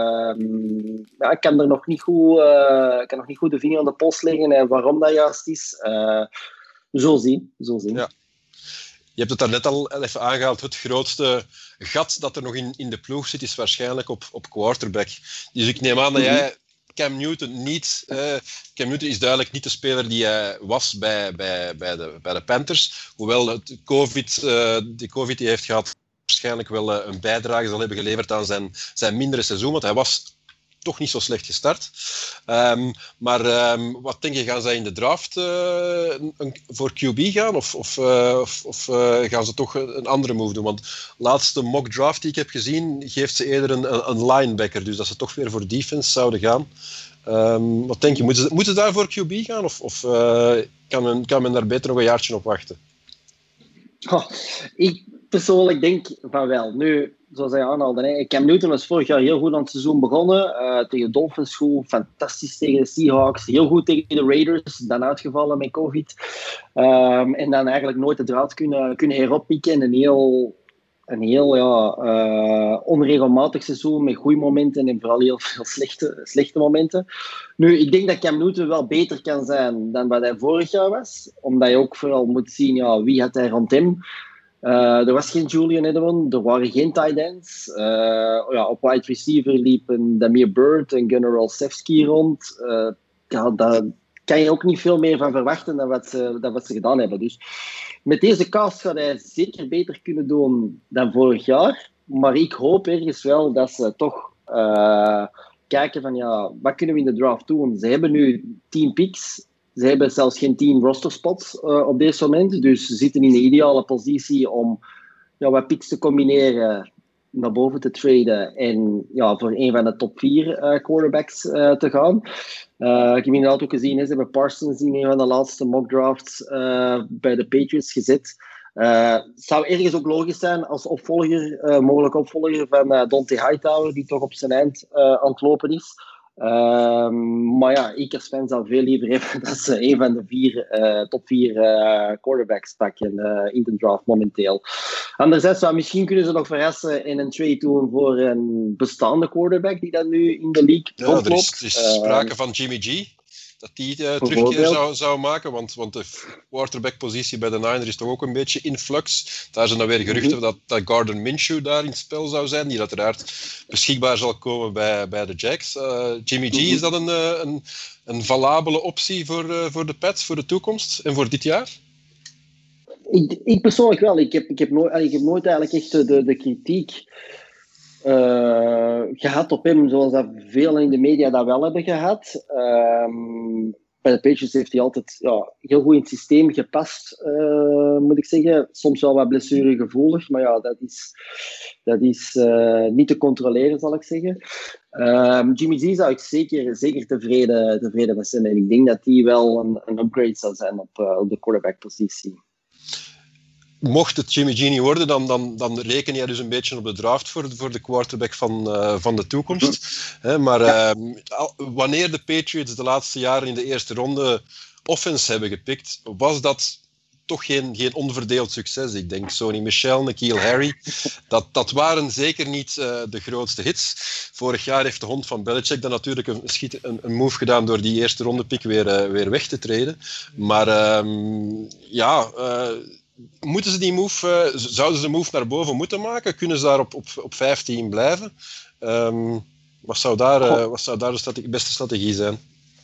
ja, ik kan er nog niet goed, uh, ik kan nog niet goed de vinger aan de pols leggen en waarom dat juist is. Uh, zo zien, zo zien. Ja. Je hebt het daarnet al even aangehaald. Het grootste gat dat er nog in, in de ploeg zit, is waarschijnlijk op, op quarterback. Dus ik neem aan dat mm-hmm. jij Cam Newton niet... Uh, Cam Newton is duidelijk niet de speler die hij was bij, bij, bij, de, bij de Panthers. Hoewel het COVID, uh, de COVID die hij heeft gehad waarschijnlijk wel uh, een bijdrage zal hebben geleverd aan zijn, zijn mindere seizoen. Want hij was toch niet zo slecht gestart. Um, maar um, wat denk je, gaan zij in de draft uh, een, voor Q B gaan? Of, of, uh, of, of uh, gaan ze toch een andere move doen? Want de laatste mock draft die ik heb gezien, geeft ze eerder een, een linebacker. Dus dat ze toch weer voor defense zouden gaan. Um, wat denk je, moeten ze, moeten ze daar voor Q B gaan? Of, of uh, kan, men, kan men daar beter nog een jaartje op wachten? Oh, ik persoonlijk denk van wel. Nu, zoals hij aanhaalde, hè. Cam Newton was vorig jaar heel goed aan het seizoen begonnen. Uh, tegen de Dolphins goed, fantastisch tegen de Seahawks. Heel goed tegen de Raiders, dan uitgevallen met COVID. Um, en dan eigenlijk nooit de draad kunnen, kunnen heroppikken. Een heel, een heel ja, uh, onregelmatig seizoen met goede momenten en vooral heel veel slechte, slechte momenten. Nu, ik denk dat Cam Newton wel beter kan zijn dan wat hij vorig jaar was. Omdat je ook vooral moet zien, ja, wie had hij rond hem. Uh, er was geen Julian Edelman, er waren geen tight ends. Uh, ja, op wide receiver liepen Damir Bird en Gunnar Olszewski rond. Uh, ja, daar kan je ook niet veel meer van verwachten dan wat ze, dan wat ze gedaan hebben. Dus met deze cast gaat hij zeker beter kunnen doen dan vorig jaar. Maar ik hoop ergens wel dat ze toch uh, kijken van ja, wat kunnen we in de draft doen? Ze hebben nu tien picks. Ze hebben zelfs geen tien rosterspots uh, op dit moment. Dus ze zitten in de ideale positie om ja, wat picks te combineren, naar boven te traden en ja, voor een van de top vier uh, quarterbacks uh, te gaan. Uh, ik heb inderdaad ook gezien, hè, ze hebben Parsons in een van de laatste mock drafts uh, bij de Patriots gezet. Uh, het zou ergens ook logisch zijn als opvolger, uh, mogelijk opvolger van uh, Dante Hightower, die toch op zijn eind uh, aan het lopen is. Um, maar ja, ik als fan zou veel liever hebben dat ze een van de vier, uh, top vier uh, quarterbacks pakken uh, in de draft momenteel. Anderzijds, zou, misschien kunnen ze nog verrassen en een trade doen voor een bestaande quarterback die dat nu in de league ja, rondloopt. Er is, er is sprake uh, van Jimmy G. Dat die uh, terugkeer zou, zou maken, want, want de quarterback-positie bij de Niners is toch ook een beetje in flux. Daar zijn dan weer geruchten mm-hmm. dat, dat Gardner Minshew daar in het spel zou zijn, die uiteraard beschikbaar zal komen bij, bij de Jacks. Uh, Jimmy G, mm-hmm. is dat een, een, een valabele optie voor, uh, voor de Pats, voor de toekomst en voor dit jaar? Ik, ik persoonlijk wel. Ik heb, ik heb, nooit, ik heb nooit eigenlijk echt de, de kritiek Uh, gehad op hem, zoals dat veel in de media dat wel hebben gehad. Um, bij de Patriots heeft hij altijd ja, heel goed in het systeem gepast, uh, moet ik zeggen. Soms wel wat blessuregevoelig, maar ja, dat is, dat is uh, niet te controleren, zal ik zeggen. Um, Jimmy G zou ik zeker, zeker tevreden, tevreden mee zijn. En ik denk dat hij wel een, een upgrade zou zijn op, uh, op de quarterback-positie. Mocht het Jimmy G niet worden, dan, dan, dan reken jij dus een beetje op de draft voor, voor de quarterback van, uh, van de toekomst. He, maar ja. uh, wanneer de Patriots de laatste jaren in de eerste ronde offense hebben gepikt, was dat toch geen, geen onverdeeld succes. Ik denk Sony Michel, N'Keal Harry, dat, dat waren zeker niet uh, de grootste hits. Vorig jaar heeft de hond van Belichick dan natuurlijk een, een, een move gedaan door die eerste ronde pick weer, uh, weer weg te treden. Maar um, ja... Uh, Moeten ze die move, uh, zouden ze de move naar boven moeten maken? Kunnen ze daar op, op, op vijftien blijven? Um, wat zou daar, uh, wat zou daar de strate- beste strategie zijn?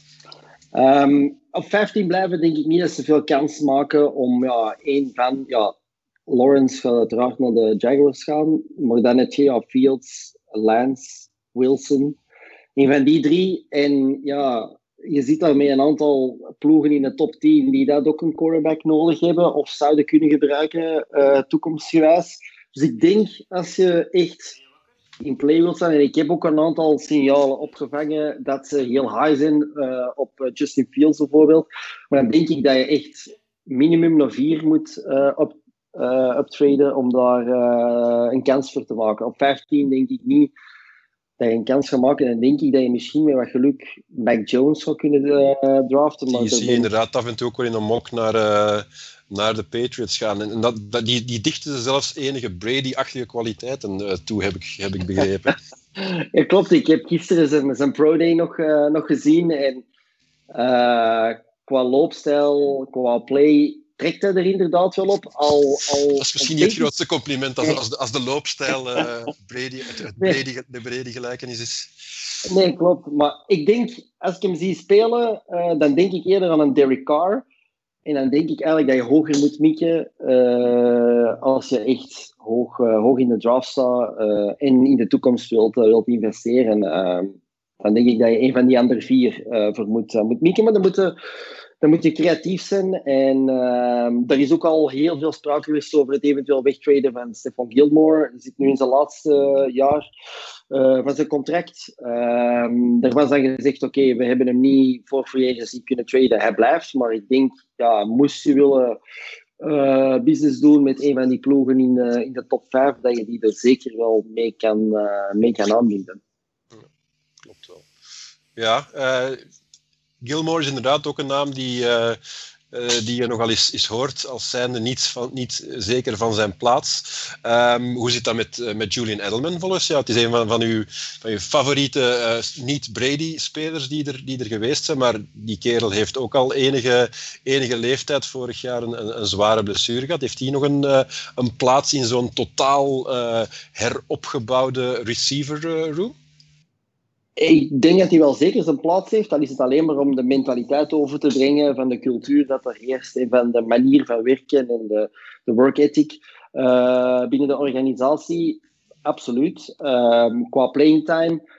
Um, op vijftien blijven denk ik niet dat ze veel kans maken om ja, één van... Ja, Lawrence gaat uiteraard naar de Jaguars gaan, maar dan heb je ja, Fields, Lance, Wilson. Een van die drie. En ja... Je ziet daarmee een aantal ploegen in de top tien die dat ook een quarterback nodig hebben of zouden kunnen gebruiken uh, toekomstgewijs. Dus ik denk als je echt in play wilt zijn, en ik heb ook een aantal signalen opgevangen dat ze heel high zijn uh, op Justin Fields bijvoorbeeld, maar dan denk ik dat je echt minimum naar vier moet uh, op, uh, uptraden om daar uh, een kans voor te maken. Op vijftien denk ik niet dat je een kans gaat maken. En dan denk ik dat je misschien met wat geluk Mac Jones zou kunnen uh, draften. Maar die zie je ben... inderdaad af en toe ook wel in een mock naar, uh, naar de Patriots gaan. En dat, dat, die, die dichten ze zelfs enige Brady-achtige kwaliteiten uh, toe, heb ik, heb ik begrepen. Ja, klopt. Ik heb gisteren zijn, zijn Pro Day nog, uh, nog gezien. En uh, qua loopstijl, qua play, trekt hij er inderdaad wel op. Al, al, dat is misschien niet het grootste compliment als, als, de, als de loopstijl uh, Brady, het, het Brady, de Brady-gelijkenis is. Nee, klopt. Maar ik denk, als ik hem zie spelen, uh, dan denk ik eerder aan een Derek Carr. En dan denk ik eigenlijk dat je hoger moet mikken uh, als je echt hoog, uh, hoog in de draft staat uh, en in de toekomst wilt, uh, wilt investeren. Uh, dan denk ik dat je een van die andere vier uh, voor moet, uh, moet mikken. Maar dan moet, je, dan moet je creatief zijn. En uh, er is ook al heel veel sprake geweest over het eventueel wegtraden van Stephon Gilmore. Hij zit nu in zijn laatste jaar uh, van zijn contract. Uh, er was dan gezegd, oké, okay, we hebben hem niet voor free agency kunnen traden. Hij blijft, maar ik denk, ja, moest je willen uh, business doen met een van die ploegen in, uh, in de top vijf, dat je die er zeker wel mee kan, uh, mee kan aanbinden. Ja, klopt wel. Ja, uh, Gilmore is inderdaad ook een naam die, uh, uh, die je nogal eens, eens hoort als zijnde niet, van, niet zeker van zijn plaats. Um, hoe zit dat met, uh, met Julian Edelman volgens jou? Het is een van, van, uw, van uw favoriete uh, niet-Brady-spelers die er, die er geweest zijn, maar die kerel heeft ook al enige, enige leeftijd vorig jaar een, een, een zware blessure gehad. Heeft hij nog een, uh, een plaats in zo'n totaal uh, heropgebouwde receiver-room? Uh, Ik denk dat hij wel zeker zijn plaats heeft. Dan is het alleen maar om de mentaliteit over te brengen van de cultuur dat er heerst en van de manier van werken en de, de work ethic uh, binnen de organisatie. Absoluut. Um, qua playing time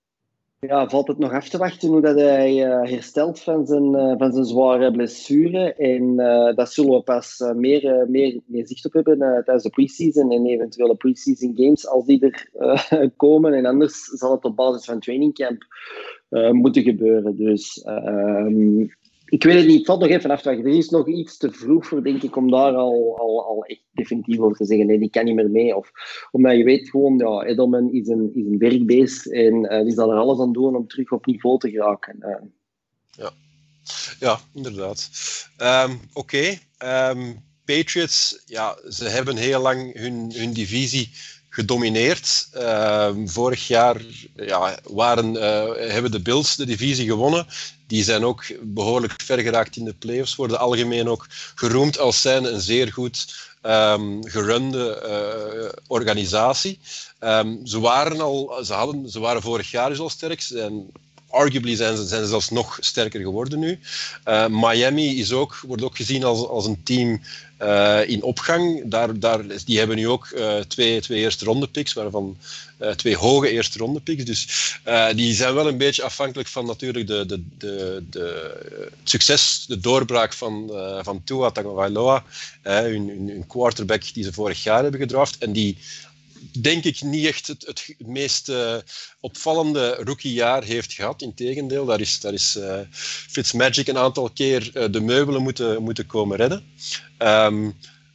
ja, valt het nog af te wachten hoe dat hij uh, herstelt van zijn, uh, van zijn zware blessure. En uh, dat zullen we pas uh, meer, uh, meer, meer zicht op hebben uh, tijdens de pre-season en eventuele pre-season games als die er uh, komen. En anders zal het op basis van trainingcamp uh, moeten gebeuren. Dus uh, um, ik weet het niet, het valt nog even af te wachten. Er is nog iets te vroeg voor, denk ik, om daar al, al, al echt definitief over te zeggen. Nee, die kan niet meer mee. Of omdat je weet gewoon, ja, Edelman is een, is een werkbeest en uh, die zal er alles aan doen om terug op niveau te geraken. Uh. Ja. ja, inderdaad. Um, Oké, okay. um, Patriots, ja, ze hebben heel lang hun, hun divisie gedomineerd. Uh, vorig jaar ja, waren, uh, hebben de Bills de divisie gewonnen. Die zijn ook behoorlijk ver geraakt in de playoffs. Worden algemeen ook geroemd als zijn een zeer goed um, gerunde uh, organisatie. Um, ze, waren al, ze, hadden, ze waren vorig jaar dus al sterk. En arguably zijn ze, zijn ze zelfs nog sterker geworden nu. Uh, Miami is ook, wordt ook gezien als, als een team uh, in opgang. Daar, daar, die hebben nu ook uh, twee, twee eerste ronde picks, waarvan uh, twee hoge eerste ronde picks. Dus uh, die zijn wel een beetje afhankelijk van natuurlijk de, de, de, de, het succes, de doorbraak van, uh, van Tua Tagovailoa, uh, hun, hun, hun quarterback die ze vorig jaar hebben gedraft. En die denk ik niet echt het, het meest uh, opvallende rookiejaar heeft gehad. Integendeel, daar is, daar is uh, Fitzmagic een aantal keer uh, de meubelen moeten, moeten komen redden. Um,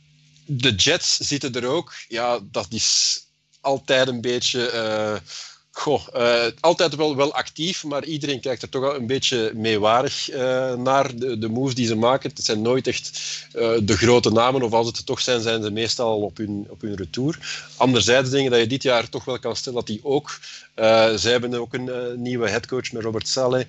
de Jets zitten er ook. Ja, dat is altijd een beetje... Uh, Goh, uh, altijd wel, wel actief, maar iedereen kijkt er toch wel een beetje meewarig uh, naar de, de moves die ze maken. Het zijn nooit echt uh, de grote namen, of als het er toch zijn, zijn ze meestal al op hun, op hun retour. Anderzijds denk ik dat je dit jaar toch wel kan stellen dat die ook... Uh, ze hebben ook een uh, nieuwe headcoach met Robert Saleh.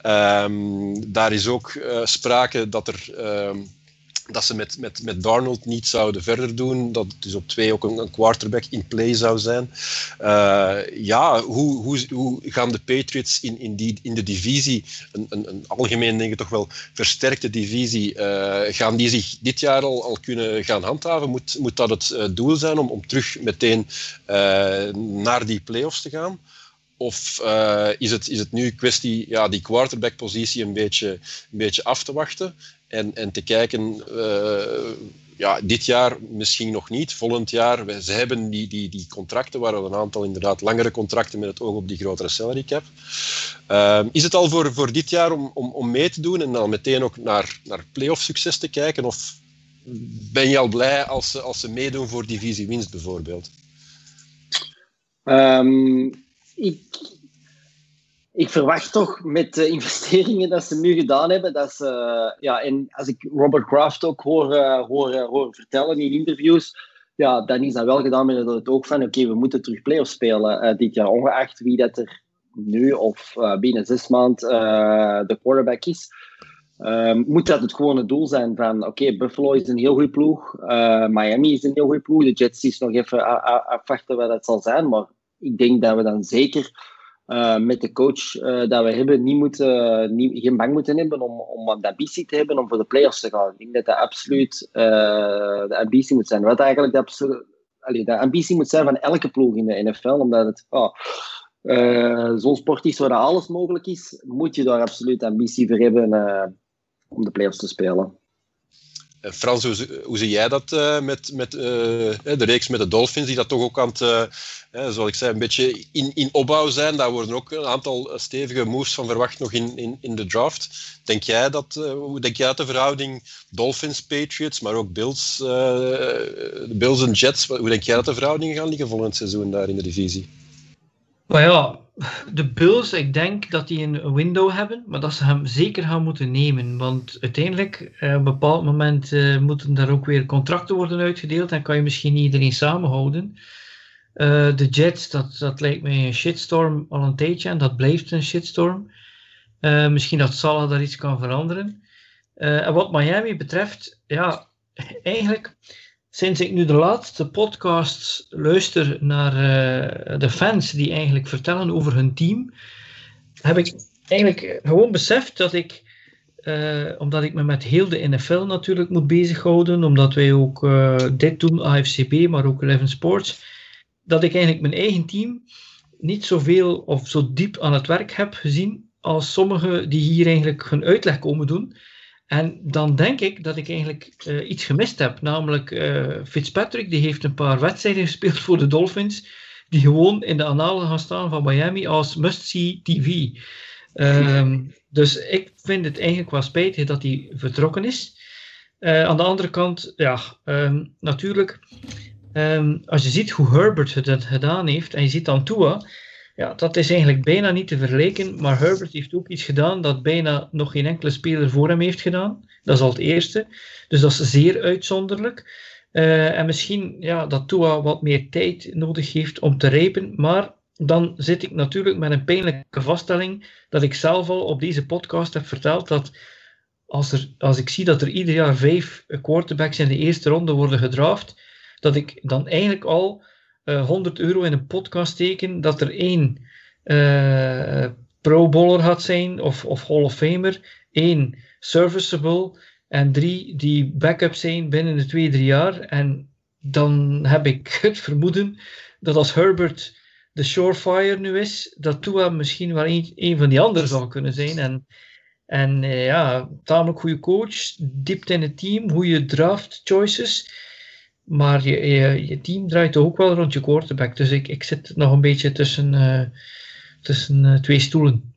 Um, daar is ook uh, sprake dat er... Uh, dat ze met, met, met Darnold niet zouden verder doen. Dat het dus op twee ook een, een quarterback in play zou zijn. Uh, ja, hoe, hoe, hoe gaan de Patriots in, in, die, in de divisie, een, een, een algemeen denk ik toch wel versterkte divisie, uh, gaan die zich dit jaar al, al kunnen gaan handhaven? Moet, moet dat het uh, doel zijn om, om terug meteen uh, naar die playoffs te gaan? Of uh, is, het, is het nu kwestie ja, die quarterback-positie een beetje, een beetje af te wachten en, en te kijken, uh, ja, dit jaar misschien nog niet, volgend jaar, wij, ze hebben die, die, die contracten, waar een aantal inderdaad langere contracten met het oog op die grotere salary cap. Uh, is het al voor, voor dit jaar om, om, om mee te doen en dan meteen ook naar, naar playoff succes te kijken? Of ben je al blij als ze, als ze meedoen voor divisiewinst bijvoorbeeld? Um... ik, ik verwacht toch met de investeringen dat ze nu gedaan hebben, dat ze, ja, en als ik Robert Kraft ook hoor, uh, hoor, uh, hoor vertellen in interviews, ja, dan is dat wel gedaan met het oog van, oké, okay, we moeten terug play-offs spelen uh, dit jaar, ongeacht wie dat er nu of uh, binnen zes maanden uh, de quarterback is. Um, moet dat het gewone doel zijn van, oké, okay, Buffalo is een heel goede ploeg, uh, Miami is een heel goede ploeg, de Jets is nog even a- a- afwachten wat dat zal zijn, maar ik denk dat we dan zeker uh, met de coach uh, dat we hebben niet moeten, uh, niet, geen bang moeten hebben om, om de ambitie te hebben om voor de playoffs te gaan. Ik denk dat dat absoluut uh, de ambitie moet zijn. Wat eigenlijk de, absolu- allee, de ambitie moet zijn van elke ploeg in de N F L, omdat het oh, uh, zo'n sport is waar alles mogelijk is, moet je daar absoluut ambitie voor hebben uh, om de playoffs te spelen. Frans, hoe, hoe zie jij dat uh, met, met uh, de reeks met de Dolphins, die dat toch ook aan het, uh, zoals ik zei, een beetje in, in opbouw zijn? Daar worden ook een aantal stevige moves van verwacht nog in, in, in de draft. Denk jij dat, uh, hoe denk jij dat de verhouding Dolphins-Patriots, maar ook Bills, uh, de Bills en Jets, hoe denk jij dat de verhoudingen gaan liggen volgend seizoen daar in de divisie? Maar ja, de Bills, ik denk dat die een window hebben, maar dat ze hem zeker gaan moeten nemen. Want uiteindelijk, op een bepaald moment uh, moeten daar ook weer contracten worden uitgedeeld en kan je misschien niet iedereen samenhouden. Uh, de Jets, dat, dat lijkt mij een shitstorm al een tijdje en dat blijft een shitstorm. Uh, misschien dat Salah daar iets kan veranderen. Uh, en wat Miami betreft, ja, eigenlijk... Sinds ik nu de laatste podcasts luister naar uh, de fans die eigenlijk vertellen over hun team, heb ik eigenlijk gewoon beseft dat ik, uh, omdat ik me met heel de N F L natuurlijk moet bezighouden, omdat wij ook uh, dit doen, A F C B, maar ook Eleven Sports, dat ik eigenlijk mijn eigen team niet zoveel of zo diep aan het werk heb gezien als sommigen die hier eigenlijk hun uitleg komen doen. En dan denk ik dat ik eigenlijk uh, iets gemist heb. Namelijk uh, Fitzpatrick, die heeft een paar wedstrijden gespeeld voor de Dolphins, die gewoon in de annalen gaan staan van Miami als must-see T V. Um, dus ik vind het eigenlijk wel spijtig dat hij vertrokken is. Uh, aan de andere kant, ja, um, natuurlijk, um, als je ziet hoe Herbert het gedaan heeft, en je ziet dan Tua, ja, dat is eigenlijk bijna niet te vergelijken, maar Herbert heeft ook iets gedaan dat bijna nog geen enkele speler voor hem heeft gedaan. Dat is al het eerste. Dus dat is zeer uitzonderlijk. Uh, en misschien ja, dat Tua wat meer tijd nodig heeft om te rijpen, maar dan zit ik natuurlijk met een pijnlijke vaststelling dat ik zelf al op deze podcast heb verteld dat als, er, als ik zie dat er ieder jaar vijf quarterbacks in de eerste ronde worden gedraft, dat ik dan eigenlijk al Uh, honderd euro in een podcast steken, dat er één uh, pro-bowler gaat zijn, of, of Hall of Famer, één serviceable, en drie die backup zijn binnen de twee, drie jaar. En dan heb ik het vermoeden dat als Herbert de surefire nu is, dat Tua misschien wel een, een van die anderen zou kunnen zijn. En, en uh, ja, tamelijk goede coach, diep in het team, goede draft choices. Maar je, je, je team draait ook wel rond je quarterback. Dus ik, ik zit nog een beetje tussen, uh, tussen uh, twee stoelen.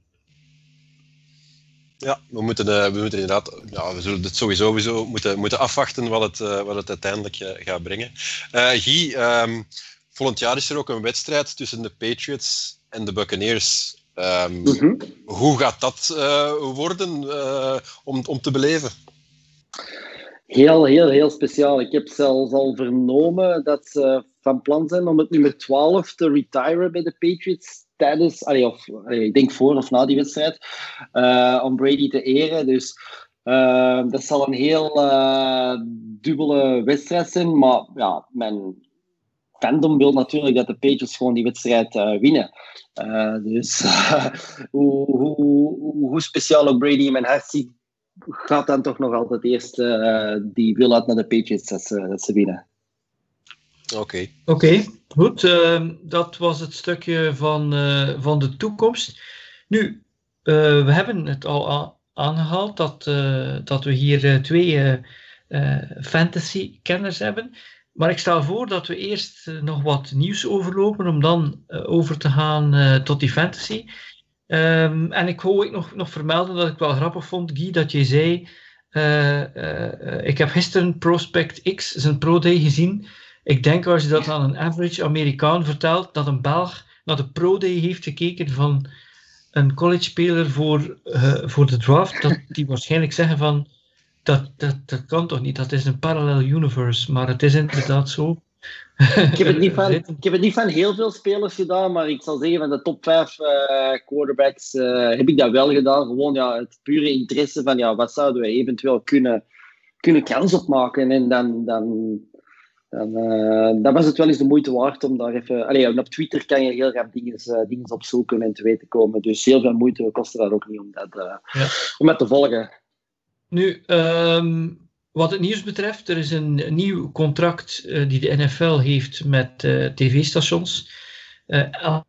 Ja, we moeten, uh, we moeten inderdaad... Ja, we zullen het sowieso, sowieso moeten, moeten afwachten wat het, uh, wat het uiteindelijk uh, gaat brengen. Uh, Guy, um, volgend jaar is er ook een wedstrijd tussen de Patriots en de Buccaneers. Um, mm-hmm. Hoe gaat dat uh, worden uh, om, om te beleven? Heel, heel, heel speciaal. Ik heb zelfs al vernomen dat ze van plan zijn om het nummer twaalf te retiren bij de Patriots tijdens, allee, of, allee, ik denk voor of na die wedstrijd, uh, om Brady te eren. Dus uh, dat zal een heel uh, dubbele wedstrijd zijn. Maar ja, mijn fandom wil natuurlijk dat de Patriots gewoon die wedstrijd uh, winnen. Uh, dus uh, hoe, hoe, hoe, hoe speciaal ook Brady in mijn hart ziet, gaat dan toch nog altijd eerst uh, die wil uit naar de Patriots dat ze, dat ze winnen. Oké. Okay. Oké, okay, goed. Uh, dat was het stukje van, uh, van de toekomst. Nu, uh, we hebben het al a- aangehaald dat, uh, dat we hier uh, twee uh, uh, fantasy-kenners hebben. Maar ik stel voor dat we eerst uh, nog wat nieuws overlopen om dan uh, over te gaan uh, tot die fantasy. Um, en ik wou ook nog, nog vermelden dat ik wel grappig vond, Guy, dat je zei, uh, uh, ik heb gisteren Prospect X, zijn Pro Day gezien. Ik denk als je dat aan een average Amerikaan vertelt, dat een Belg naar de Pro Day heeft gekeken van een college-speler voor, uh, voor de draft, dat die waarschijnlijk zeggen van dat, dat, dat kan toch niet, dat is een parallel universe, maar het is inderdaad zo. Ik heb, het niet van, ik heb het niet van heel veel spelers gedaan, maar ik zal zeggen van de top vijf uh, quarterbacks uh, heb ik dat wel gedaan. Gewoon ja, het pure interesse van ja, wat zouden we eventueel kunnen, kunnen kans op maken. En dan, dan, dan, uh, dan was het wel eens de moeite waard om daar even... Allee, op Twitter kan je heel graag dingen, uh, dingen opzoeken en te weten komen. Dus heel veel moeite kostte dat ook niet om dat, uh, ja. om dat te volgen. Nu... Um... Wat het nieuws betreft, er is een nieuw contract uh, die de N F L heeft met uh, tv-stations. Uh,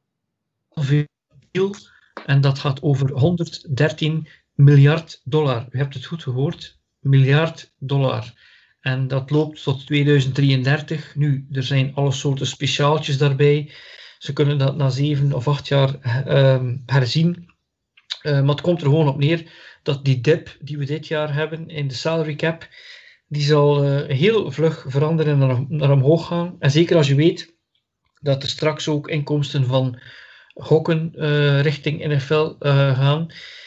en dat gaat over honderddertien miljard dollar. U hebt het goed gehoord, miljard dollar. En dat loopt tot tweeduizend drieëndertig. Nu, er zijn alle soorten speciaaltjes daarbij. Ze kunnen dat na zeven of acht jaar uh, herzien. Uh, maar het komt er gewoon op neer dat die dip die we dit jaar hebben in de salary cap, die zal uh, heel vlug veranderen en naar, naar omhoog gaan. En zeker als je weet dat er straks ook inkomsten van gokken uh, richting N F L uh, gaan.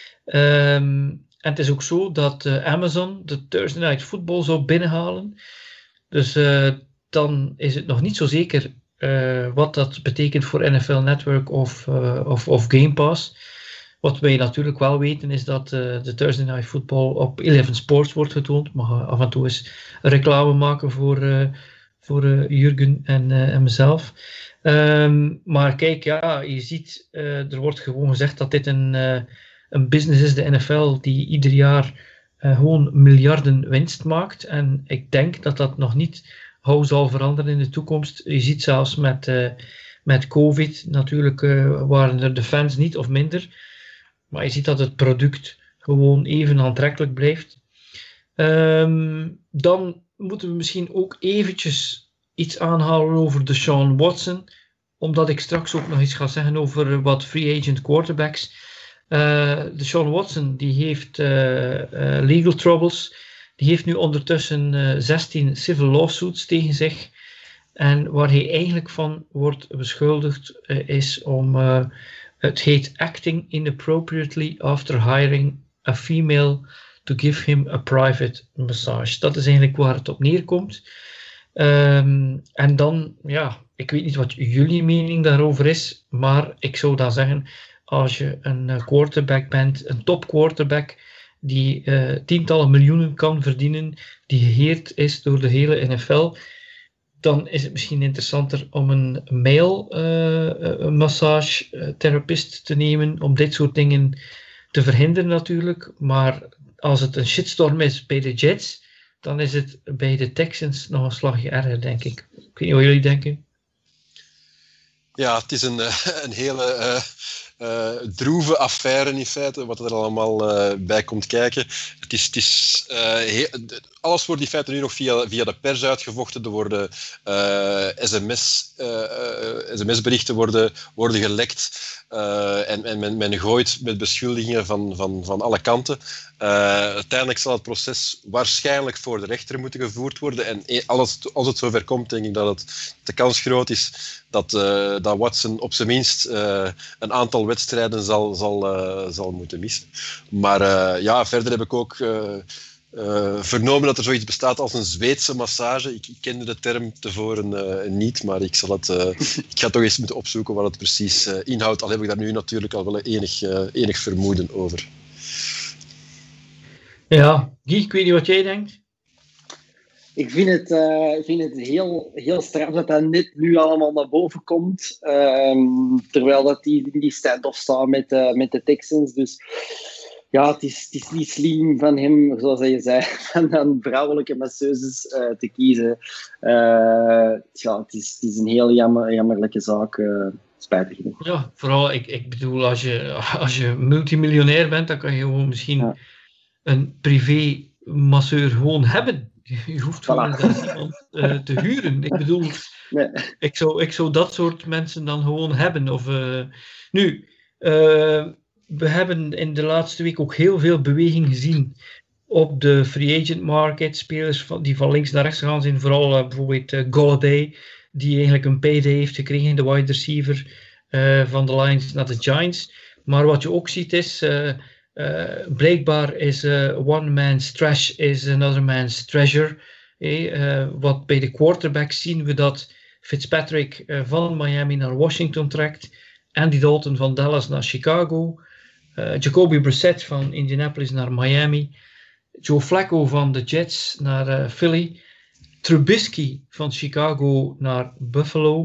Um, en het is ook zo dat uh, Amazon de Thursday Night Football zou binnenhalen. Dus uh, dan is het nog niet zo zeker uh, wat dat betekent voor N F L Network of, uh, of, of Game Pass. Wat wij natuurlijk wel weten is dat uh, de Thursday Night Football op Eleven Sports wordt getoond. Mag uh, af en toe eens reclame maken voor, uh, voor uh, Jurgen en, uh, en mezelf. Um, maar kijk, ja, je ziet, uh, er wordt gewoon gezegd dat dit een, uh, een business is, de N F L, die ieder jaar uh, gewoon miljarden winst maakt. En ik denk dat dat nog niet gauw zal veranderen in de toekomst. Je ziet zelfs met, uh, met COVID, natuurlijk uh, waren er de fans niet of minder. Maar je ziet dat het product gewoon even aantrekkelijk blijft. Um, dan moeten we misschien ook eventjes iets aanhalen over Deshaun Watson. Omdat ik straks ook nog iets ga zeggen over wat free agent quarterbacks. Uh, Deshaun Watson die heeft uh, uh, legal troubles. Die heeft nu ondertussen uh, zestien civil lawsuits tegen zich. En waar hij eigenlijk van wordt beschuldigd uh, is om... Uh, Het heet acting inappropriately after hiring a female to give him a private massage. Dat is eigenlijk waar het op neerkomt. Um, en dan, ja, ik weet niet wat jullie mening daarover is, maar ik zou dan zeggen, als je een quarterback bent, een top quarterback, die uh, tientallen miljoenen kan verdienen, die geheerd is door de hele N F L, dan is het misschien interessanter om een male uh, massage-therapist te nemen, om dit soort dingen te verhinderen natuurlijk. Maar als het een shitstorm is bij de Jets, dan is het bij de Texans nog een slagje erger, denk ik. Ik weet niet wat jullie denken. Ja, het is een, een hele uh, uh, droeve affaire in feite, wat er allemaal uh, bij komt kijken. Het is, het is, uh, heel, alles wordt in feite nu nog via, via de pers uitgevochten. Er worden uh, sms, uh, uh, sms-berichten worden, worden gelekt uh, en, en men, men gooit met beschuldigingen van, van, van alle kanten. Uh, uiteindelijk zal het proces waarschijnlijk voor de rechter moeten gevoerd worden. En als het, als het zover komt, denk ik dat het, de kans groot is dat, uh, dat Watson op zijn minst uh, een aantal wedstrijden zal, zal, uh, zal moeten missen. Maar uh, ja, verder heb ik ook uh, uh, vernomen dat er zoiets bestaat als een Zweedse massage. Ik, ik kende de term tevoren uh, niet, maar ik, zal het, uh, ik ga toch eens moeten opzoeken wat het precies uh, inhoudt. Al heb ik daar nu natuurlijk al wel enig, uh, enig vermoeden over. Ja, Guy, ik weet niet wat jij denkt. Ik vind het, uh, ik vind het heel, heel straf dat dat net nu allemaal naar boven komt. Um, terwijl dat die, die stand-off staan met, uh, met de Texans. Dus ja, het is, het is niet slim van hem, zoals je zei, van dan vrouwelijke masseuses uh, te kiezen. Uh, ja, het is, het is een heel jammer, jammerlijke zaak. Uh, spijtig genoeg. Ja, vooral, ik, ik bedoel, als je, als je multimiljonair bent, dan kan je gewoon misschien ja. een privé-masseur gewoon hebben. Je hoeft gewoon voilà. iemand uh, te huren. Ik bedoel, nee. ik, zou, ik zou dat soort mensen dan gewoon hebben. Of, uh, nu, uh, we hebben in de laatste week ook heel veel beweging gezien op de free agent market. Spelers van, die van links naar rechts gaan zijn. Vooral uh, bijvoorbeeld uh, Golladay, die eigenlijk een payday heeft gekregen, de wide receiver uh, van de Lions naar de Giants. Maar wat je ook ziet is, uh, uh, blijkbaar is uh, one man's trash is another man's treasure. Hey, uh, wat bij de quarterbacks zien we dat Fitzpatrick uh, van Miami naar Washington trekt. Andy Dalton van Dallas naar Chicago. Uh, Jacoby Brissett van Indianapolis naar Miami. Joe Flacco van de Jets naar uh, Philly. Trubisky van Chicago naar Buffalo.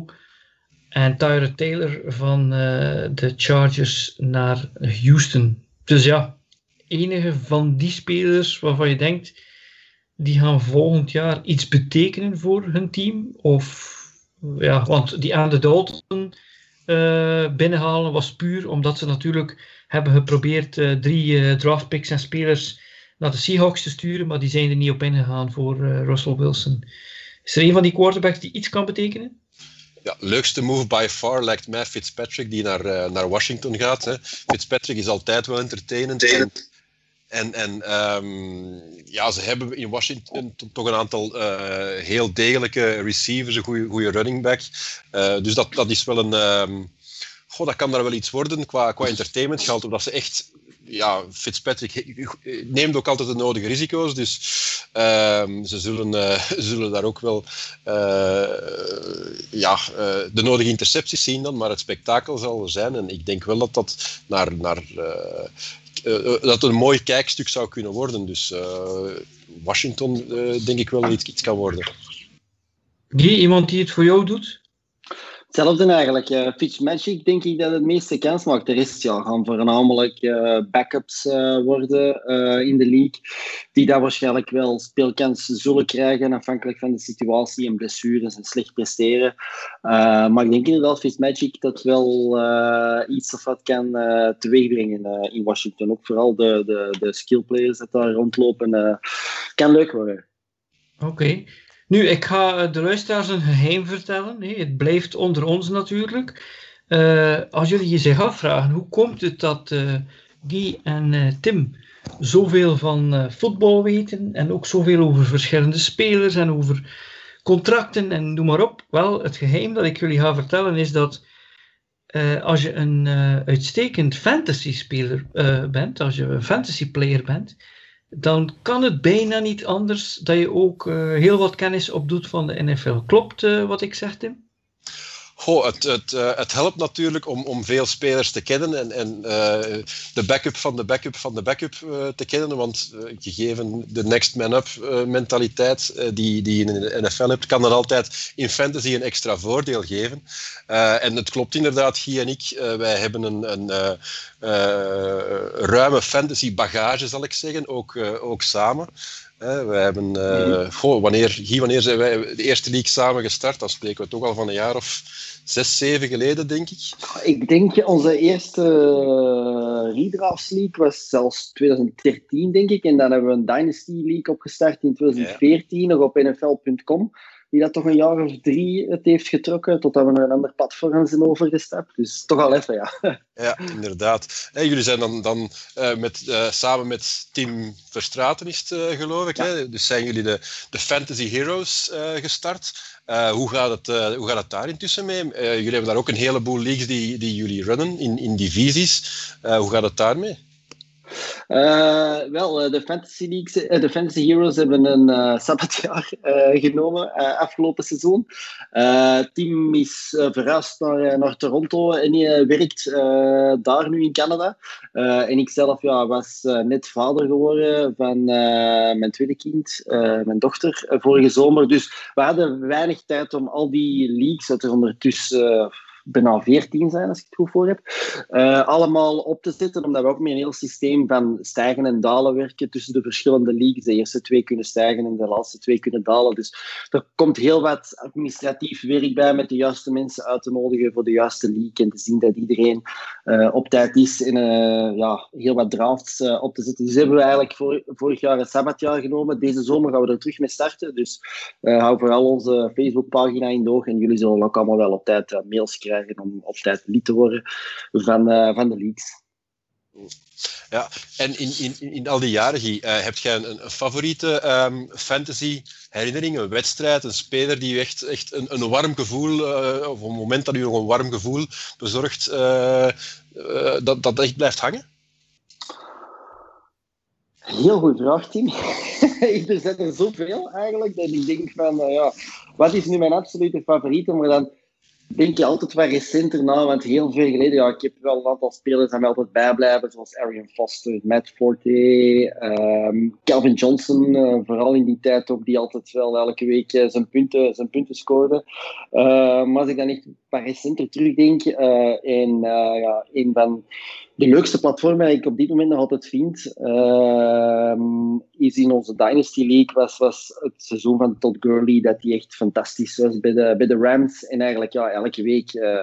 En Tyrod Taylor van uh, de Chargers naar Houston. Dus ja, enige van die spelers waarvan je denkt, die gaan volgend jaar iets betekenen voor hun team? Of, ja, want die Andy Dalton uh, binnenhalen was puur omdat ze natuurlijk hebben geprobeerd uh, drie uh, draftpicks en spelers naar de Seahawks te sturen, maar die zijn er niet op ingegaan voor uh, Russell Wilson. Is er een van die quarterbacks die iets kan betekenen? Ja, leukste move by far lijkt mij Fitzpatrick, die naar, uh, naar Washington gaat. Hè. Fitzpatrick is altijd wel entertainend. En, en, en um, ja, ze hebben in Washington toch een aantal uh, heel degelijke receivers, een goede running back. Uh, dus dat, dat is wel een... Um, goh, dat kan daar wel iets worden qua, qua entertainment gehaald, omdat ze echt... Ja, Fitzpatrick neemt ook altijd de nodige risico's, dus uh, ze zullen, uh, zullen daar ook wel uh, ja, uh, de nodige intercepties zien dan, maar het spektakel zal er zijn en ik denk wel dat dat naar, naar uh, uh, dat een mooi kijkstuk zou kunnen worden, dus uh, Washington uh, denk ik wel iets, iets kan worden. Die, iemand die het voor jou doet? Hetzelfde eigenlijk. Uh, Fitzmagic denk ik dat het meeste kans maakt. De rest ja, gaan voornamelijk uh, backups uh, worden uh, in de league. Die daar waarschijnlijk wel speelkansen zullen krijgen afhankelijk van de situatie en blessures en slecht presteren. Uh, maar ik denk inderdaad Fitzmagic dat wel uh, iets of wat kan uh, teweegbrengen uh, in Washington. Ook vooral de, de, de skillplayers dat daar rondlopen. Uh, kan leuk worden. Oké. Okay. Nu, ik ga de luisteraars een geheim vertellen. Nee, het blijft onder ons natuurlijk. Uh, als jullie je zich afvragen, hoe komt het dat uh, Guy en uh, Tim zoveel van uh, voetbal weten en ook zoveel over verschillende spelers en over contracten en noem maar op. Wel, het geheim dat ik jullie ga vertellen is dat uh, als je een uh, uitstekend fantasy speler uh, bent, als je een fantasy player bent, dan kan het bijna niet anders dat je ook uh, heel wat kennis opdoet van de N F L. Klopt uh, wat ik zeg, Tim? Goh, het, het, uh, het helpt natuurlijk om, om veel spelers te kennen en, en uh, de backup van de backup van de backup uh, te kennen, want uh, gegeven de next man up uh, mentaliteit uh, die, die je in de N F L hebt, kan dat altijd in fantasy een extra voordeel geven. Uh, en het klopt inderdaad, Guy en ik, uh, wij hebben een, een uh, uh, ruime fantasy bagage, zal ik zeggen, ook, uh, ook samen. Uh, wij hebben, uh, goh, wanneer, Guy, wanneer zijn wij de eerste league samen gestart? Dan spreken we toch al van een jaar of zes, zeven geleden, denk ik. Ik denk onze eerste uh, Redrafts League was zelfs twintig dertien, denk ik. En dan hebben we een Dynasty League opgestart in twintig veertien, ja. nog op N F L punt com. Die dat toch een jaar of drie het heeft getrokken, totdat we naar een ander platform zijn overgestapt. Dus toch al even, ja. Ja, inderdaad. Hey, jullie zijn dan, dan uh, met, uh, samen met Tim Verstraeten, is het, uh, geloof ik. Ja. Hè? Dus zijn jullie de, de Fantasy Heroes uh, gestart. Uh, hoe, gaat het, uh, hoe gaat het daar intussen mee? Uh, jullie hebben daar ook een heleboel leagues die, die jullie runnen in, in divisies. Uh, hoe gaat het daarmee? Uh, wel, uh, de, Fantasy Leagues, uh, de Fantasy Heroes hebben een uh, sabbatjaar uh, genomen uh, afgelopen seizoen. Uh, het team is uh, verhuisd naar, naar Toronto en uh, werkt uh, daar nu in Canada. Uh, en ik zelf ja, was uh, net vader geworden van uh, mijn tweede kind, uh, mijn dochter, uh, vorige zomer. Dus we hadden weinig tijd om al die leagues, dat er ondertussen... Uh, bijna veertien zijn, als ik het goed voor heb, uh, allemaal op te zetten, omdat we ook met een heel systeem van stijgen en dalen werken tussen de verschillende leagues. De eerste twee kunnen stijgen en de laatste twee kunnen dalen. Dus er komt heel wat administratief werk bij met de juiste mensen uit te nodigen voor de juiste league en te zien dat iedereen uh, op tijd is en uh, ja, heel wat drafts uh, op te zetten. Dus hebben we eigenlijk voor, vorig jaar een sabbatjaar genomen. Deze zomer gaan we er terug mee starten. Dus uh, hou vooral onze Facebookpagina in de oog en jullie zullen ook allemaal wel op tijd uh, mails krijgen om op tijd lid te worden van, uh, van de leagues. Ja, en in, in, in al die jaren, Guy, uh, heb jij een, een favoriete um, fantasy herinnering, een wedstrijd, een speler die u echt, echt een, een warm gevoel, uh, of een moment dat u nog een warm gevoel bezorgt, uh, uh, dat, dat echt blijft hangen? Heel goed vraag, Tim. Er zijn er zoveel eigenlijk, dat ik denk van, uh, ja, wat is nu mijn absolute favoriete, maar dan denk je altijd wat recenter na, want heel veel geleden, ja, ik heb wel een aantal spelers die mij altijd bijblijven, zoals Arian Foster, Matt Forte, um, Calvin Johnson, uh, vooral in die tijd ook, die altijd wel elke week uh, zijn, punten, zijn punten scoorde. Uh, maar als ik dan echt wat recenter terugdenk, uh, en uh, ja, een van de leukste platformen die ik op dit moment nog altijd vind, uh, is in onze Dynasty League, was, was het seizoen van Todd Gurley, dat hij echt fantastisch was bij de, bij de Rams. En eigenlijk ja, elke week uh,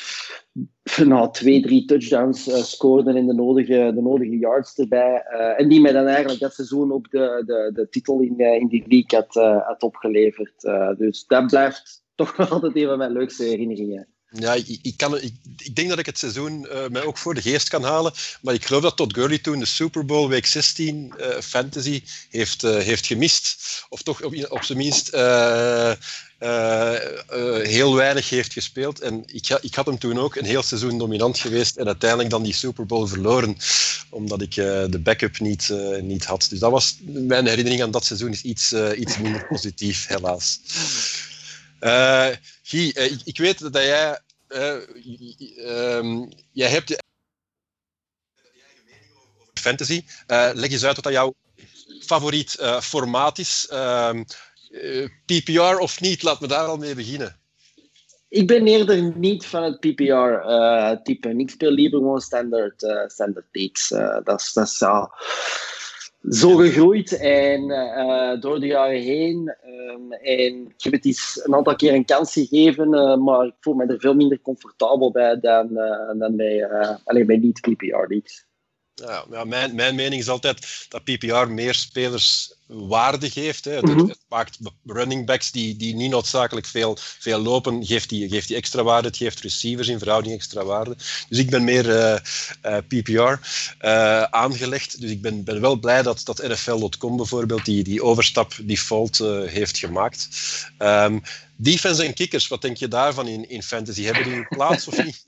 nou, twee, drie touchdowns uh, scoorden en de nodige, de nodige yards erbij. Uh, en die mij dan eigenlijk dat seizoen ook de, de, de titel in, uh, in die league had, uh, had opgeleverd. Uh, dus dat blijft toch nog altijd een van mijn leukste herinneringen. Ja, ik, ik, kan, ik, ik denk dat ik het seizoen uh, mij ook voor de geest kan halen, maar ik geloof dat Todd Gurley toen de Super Bowl week zestien uh, fantasy heeft, uh, heeft gemist. Of toch op, op zijn minst uh, uh, uh, heel weinig heeft gespeeld. En ik, ik had hem toen ook een heel seizoen dominant geweest en uiteindelijk dan die Super Bowl verloren, omdat ik uh, de backup niet, uh, niet had. Dus dat was, mijn herinnering aan dat seizoen is iets, uh, iets minder positief, helaas. Uh, Guy, uh, ik, ik weet dat jij, uh, um, jij hebt je eigen mening over fantasy. Uh, leg eens uit wat dat jouw favoriet uh, formaat is. Uh, uh, P P R of niet? Laat me daar al mee beginnen. Ik ben eerder niet van het P P R-type. Uh, ik speel liever gewoon standaard, uh, standard leagues. Uh, dat is... Dat is uh, zo gegroeid en uh, door de jaren heen. Um, en ik heb het eens een aantal keer een kans gegeven, uh, maar ik voel me er veel minder comfortabel bij dan, uh, dan bij, uh, alleen bij niet-P P R-leagues. Ja, ja, mijn, mijn mening is altijd dat P P R meer spelers waarde geeft. Hè. Het, Mm-hmm. het maakt running backs die, die niet noodzakelijk veel, veel lopen, geeft die, geeft die extra waarde. Het geeft receivers in verhouding extra waarde. Dus ik ben meer uh, uh, P P R uh, aangelegd. Dus ik ben, ben wel blij dat, dat N F L punt com bijvoorbeeld die, die overstap default uh, heeft gemaakt. Um, defense en kickers, wat denk je daarvan in, in fantasy? Hebben die een plaats of niet?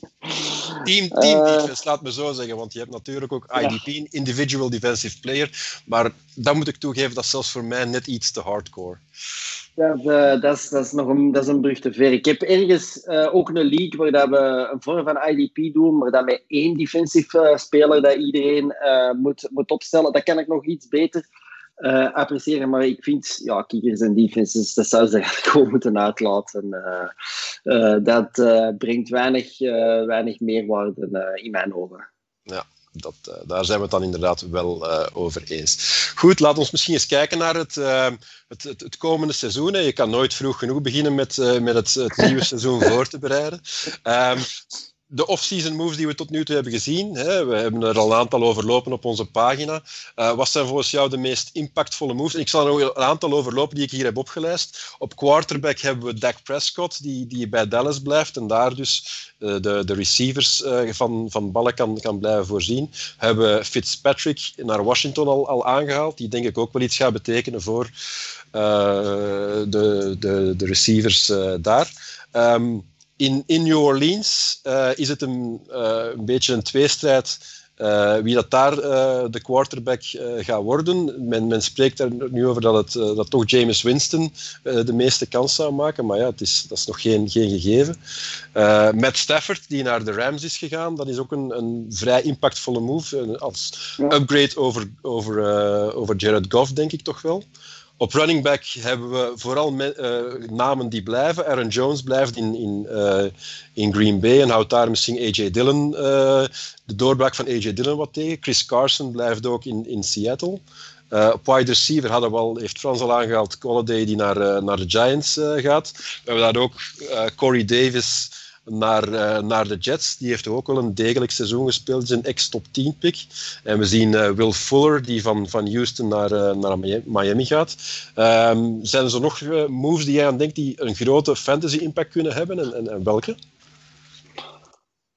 Team, team defense, uh, laat me zo zeggen, want je hebt natuurlijk ook I D P, ja. Individual Defensive Player, maar dat moet ik toegeven, dat is zelfs voor mij net iets te hardcore. Dat, uh, dat, is, dat, is nog een, dat is een brug te ver. Ik heb ergens uh, ook een league waar dat we een vorm van I D P doen, maar dat met één defensive uh, speler dat iedereen uh, moet, moet opstellen. Dat kan ik nog iets beter uh, appreciëren, maar ik vind, ja, kickers en defenses, dat zou ze eigenlijk gewoon moeten uitlaten. Uh, uh, dat uh, brengt weinig, uh, weinig meerwaarde uh, in mijn ogen. Ja. Dat, uh, daar zijn we het dan inderdaad wel uh, over eens. Goed, laat ons misschien eens kijken naar het, uh, het, het, het komende seizoen. Hè. Je kan nooit vroeg genoeg beginnen met, uh, met het, het nieuwe seizoen voor te bereiden. Um, de off-season moves die we tot nu toe hebben gezien, hè, we hebben er al een aantal overlopen op onze pagina. Uh, wat zijn volgens jou de meest impactvolle moves? En ik zal er nog een aantal overlopen die ik hier heb opgelijst. Op quarterback hebben we Dak Prescott, die, die bij Dallas blijft en daar dus uh, de, de receivers uh, van, van ballen kan, kan blijven voorzien. We hebben Fitzpatrick naar Washington al, al aangehaald, die denk ik ook wel iets gaat betekenen voor uh, de, de, de receivers uh, daar. Um, In, in New Orleans uh, is het een, uh, een beetje een tweestrijd uh, wie dat daar uh, de quarterback uh, gaat worden. Men, men spreekt er nu over dat, het, uh, dat toch Jameis Winston uh, de meeste kans zou maken, maar ja, het is, dat is nog geen, geen gegeven. Uh, Matt Stafford, die naar de Rams is gegaan, dat is ook een, een vrij impactvolle move, als upgrade over, over, uh, over Jared Goff, denk ik toch wel. Op running back hebben we vooral me, uh, namen die blijven. Aaron Jones blijft in, in, uh, in Green Bay en houdt daar misschien A J Dillon, uh, de doorbraak van A J Dillon wat tegen. Chris Carson blijft ook in, in Seattle. Uh, op wide receiver hadden we al, heeft Frans al aangehaald, Golladay die naar, uh, naar de Giants uh, gaat. We hebben daar ook uh, Corey Davis naar, uh, naar de Jets. Die heeft ook wel een degelijk seizoen gespeeld. Het is een ex-top tien pick. En we zien uh, Will Fuller, die van, van Houston naar, uh, naar Miami gaat. Um, zijn er zo nog uh, moves die jij aan denkt die een grote fantasy impact kunnen hebben? En, en, en welke?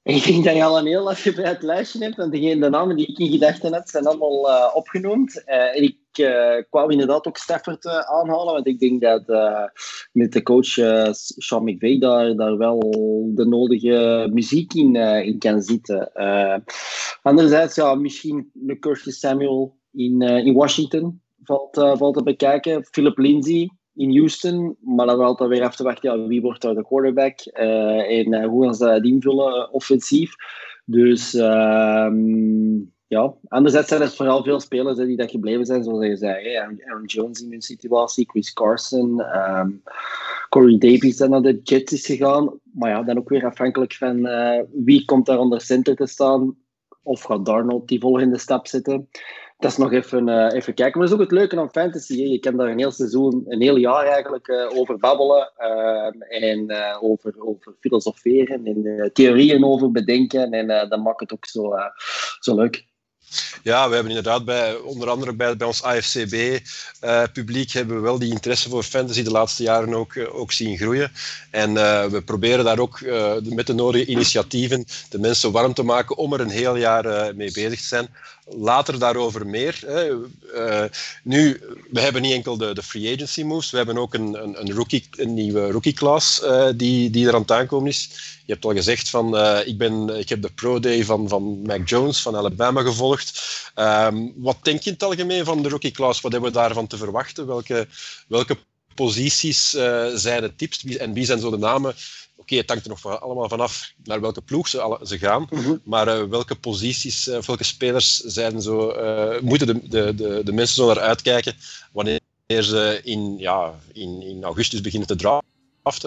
Ik denk dat je al een heel uitgebreid lijstje hebt, want degene, de namen die ik in gedachten had, zijn allemaal uh, opgenoemd. Uh, en ik uh, kwam inderdaad ook Stafford uh, aanhalen, want ik denk dat uh, met de coach uh, Sean McVay daar, daar wel de nodige muziek in, uh, in kan zitten. Uh, anderzijds, ja, misschien de Curtis Samuel in, uh, in Washington valt, uh, valt te bekijken. Philip Lindsay in Houston, maar dan wel weer af te wachten, ja, wie wordt daar de quarterback uh, en uh, hoe gaan ze dat invullen uh, offensief. Dus um, ja, anderzijds zijn er vooral veel spelers hè, die dat gebleven zijn, zoals je zei. Hè. Aaron Jones in hun situatie, Chris Carson, um, Corey Davis dat naar de Jets is gegaan. Maar ja, dan ook weer afhankelijk van uh, wie komt daar onder center te staan, of gaat Darnold die volgende stap zetten. Dat is nog even, uh, even kijken. Maar dat is ook het leuke aan fantasy. Hè. Je kan daar een heel seizoen, een heel jaar eigenlijk uh, over babbelen. Uh, en uh, over, over filosoferen en uh, theorieën over bedenken. En uh, dat maakt het ook zo, uh, zo leuk. Ja, we hebben inderdaad bij, onder andere bij, bij ons A F C B-publiek, uh, hebben we wel die interesse voor fantasy de laatste jaren ook, uh, ook zien groeien. En uh, we proberen daar ook uh, met de nodige initiatieven de mensen warm te maken om er een heel jaar uh, mee bezig te zijn. Later daarover meer. Hè. Uh, nu, we hebben niet enkel de, de free agency moves, we hebben ook een, een, een, rookie, een nieuwe rookie-class uh, die, die er aan het aankomen is. Je hebt al gezegd van, uh, ik, ben, ik heb de pro day van, van Mac Jones van Alabama gevolgd. Um, wat denk je in het algemeen van de rookie-class? Wat hebben we daarvan te verwachten? Welke, welke posities uh, zijn het tipst? En wie zijn zo de namen? Oké, okay, het hangt er nog van, allemaal vanaf naar welke ploeg ze, alle, ze gaan. Mm-hmm. Maar uh, welke posities, uh, welke spelers zijn zo, uh, moeten de, de, de, de mensen zo naar uitkijken wanneer ze in, ja, in, in augustus beginnen te draften?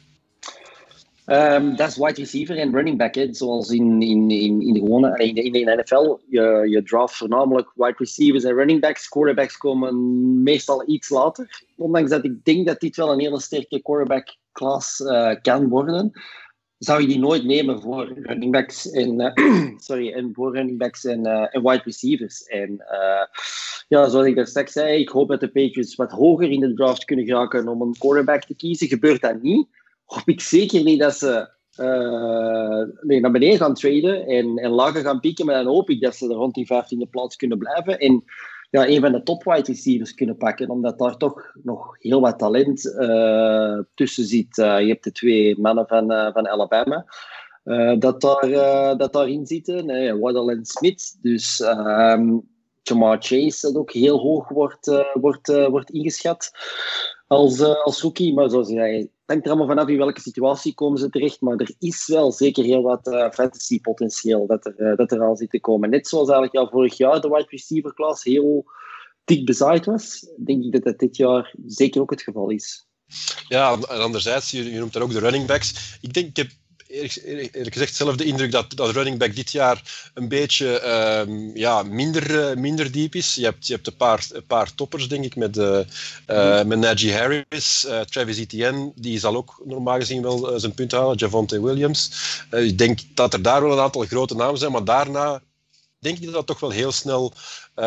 Um, dat is wide receiver en running back. Hè. Zoals in, in, in, in de gewone in de, in de N F L. Je, je draft voornamelijk wide receivers en running backs. Quarterbacks komen meestal iets later. Ondanks dat ik denk dat dit wel een hele sterke quarterback class uh, kan worden, zou je die nooit nemen voor running backs en, uh, sorry, en voor running backs en, uh, en wide receivers. En uh, ja, zoals ik daar straks zei, ik hoop dat de Patriots wat hoger in de draft kunnen geraken om een quarterback te kiezen. Gebeurt dat niet, hoop ik zeker niet dat ze uh, nee, naar beneden gaan traden en, en lager gaan pieken, maar dan hoop ik dat ze er rond die vijftiende plaats kunnen blijven en ja, een van de top wide receivers kunnen pakken, omdat daar toch nog heel wat talent uh, tussen zit. Uh, je hebt de twee mannen van, uh, van Alabama uh, dat, daar, uh, dat daarin zitten, uh, Waddle en Smith. Dus um, Jamar Chase, dat ook heel hoog wordt, uh, wordt, uh, wordt ingeschat als, uh, als rookie. Maar zoals je zei, het hangt er allemaal vanaf in welke situatie komen ze terecht. Maar er is wel zeker heel wat uh, fantasy-potentieel dat er, uh, dat er al zit te komen. Net zoals eigenlijk ja, vorig jaar de wide receiver class heel dik bezaaid was, denk ik dat dat dit jaar zeker ook het geval is. Ja, en anderzijds, je, je noemt daar ook de running backs. Ik denk, ik heb eerlijk, eerlijk gezegd zelf de indruk dat, dat running back dit jaar een beetje um, ja, minder, uh, minder diep is. Je hebt, je hebt een, paar, een paar toppers, denk ik, met, uh, uh, met Najee Harris, uh, Travis Etienne, die zal ook normaal gezien wel uh, zijn punt halen, Javonte Williams. Uh, ik denk dat er daar wel een aantal grote namen zijn, maar daarna denk ik dat dat toch wel heel snel uh,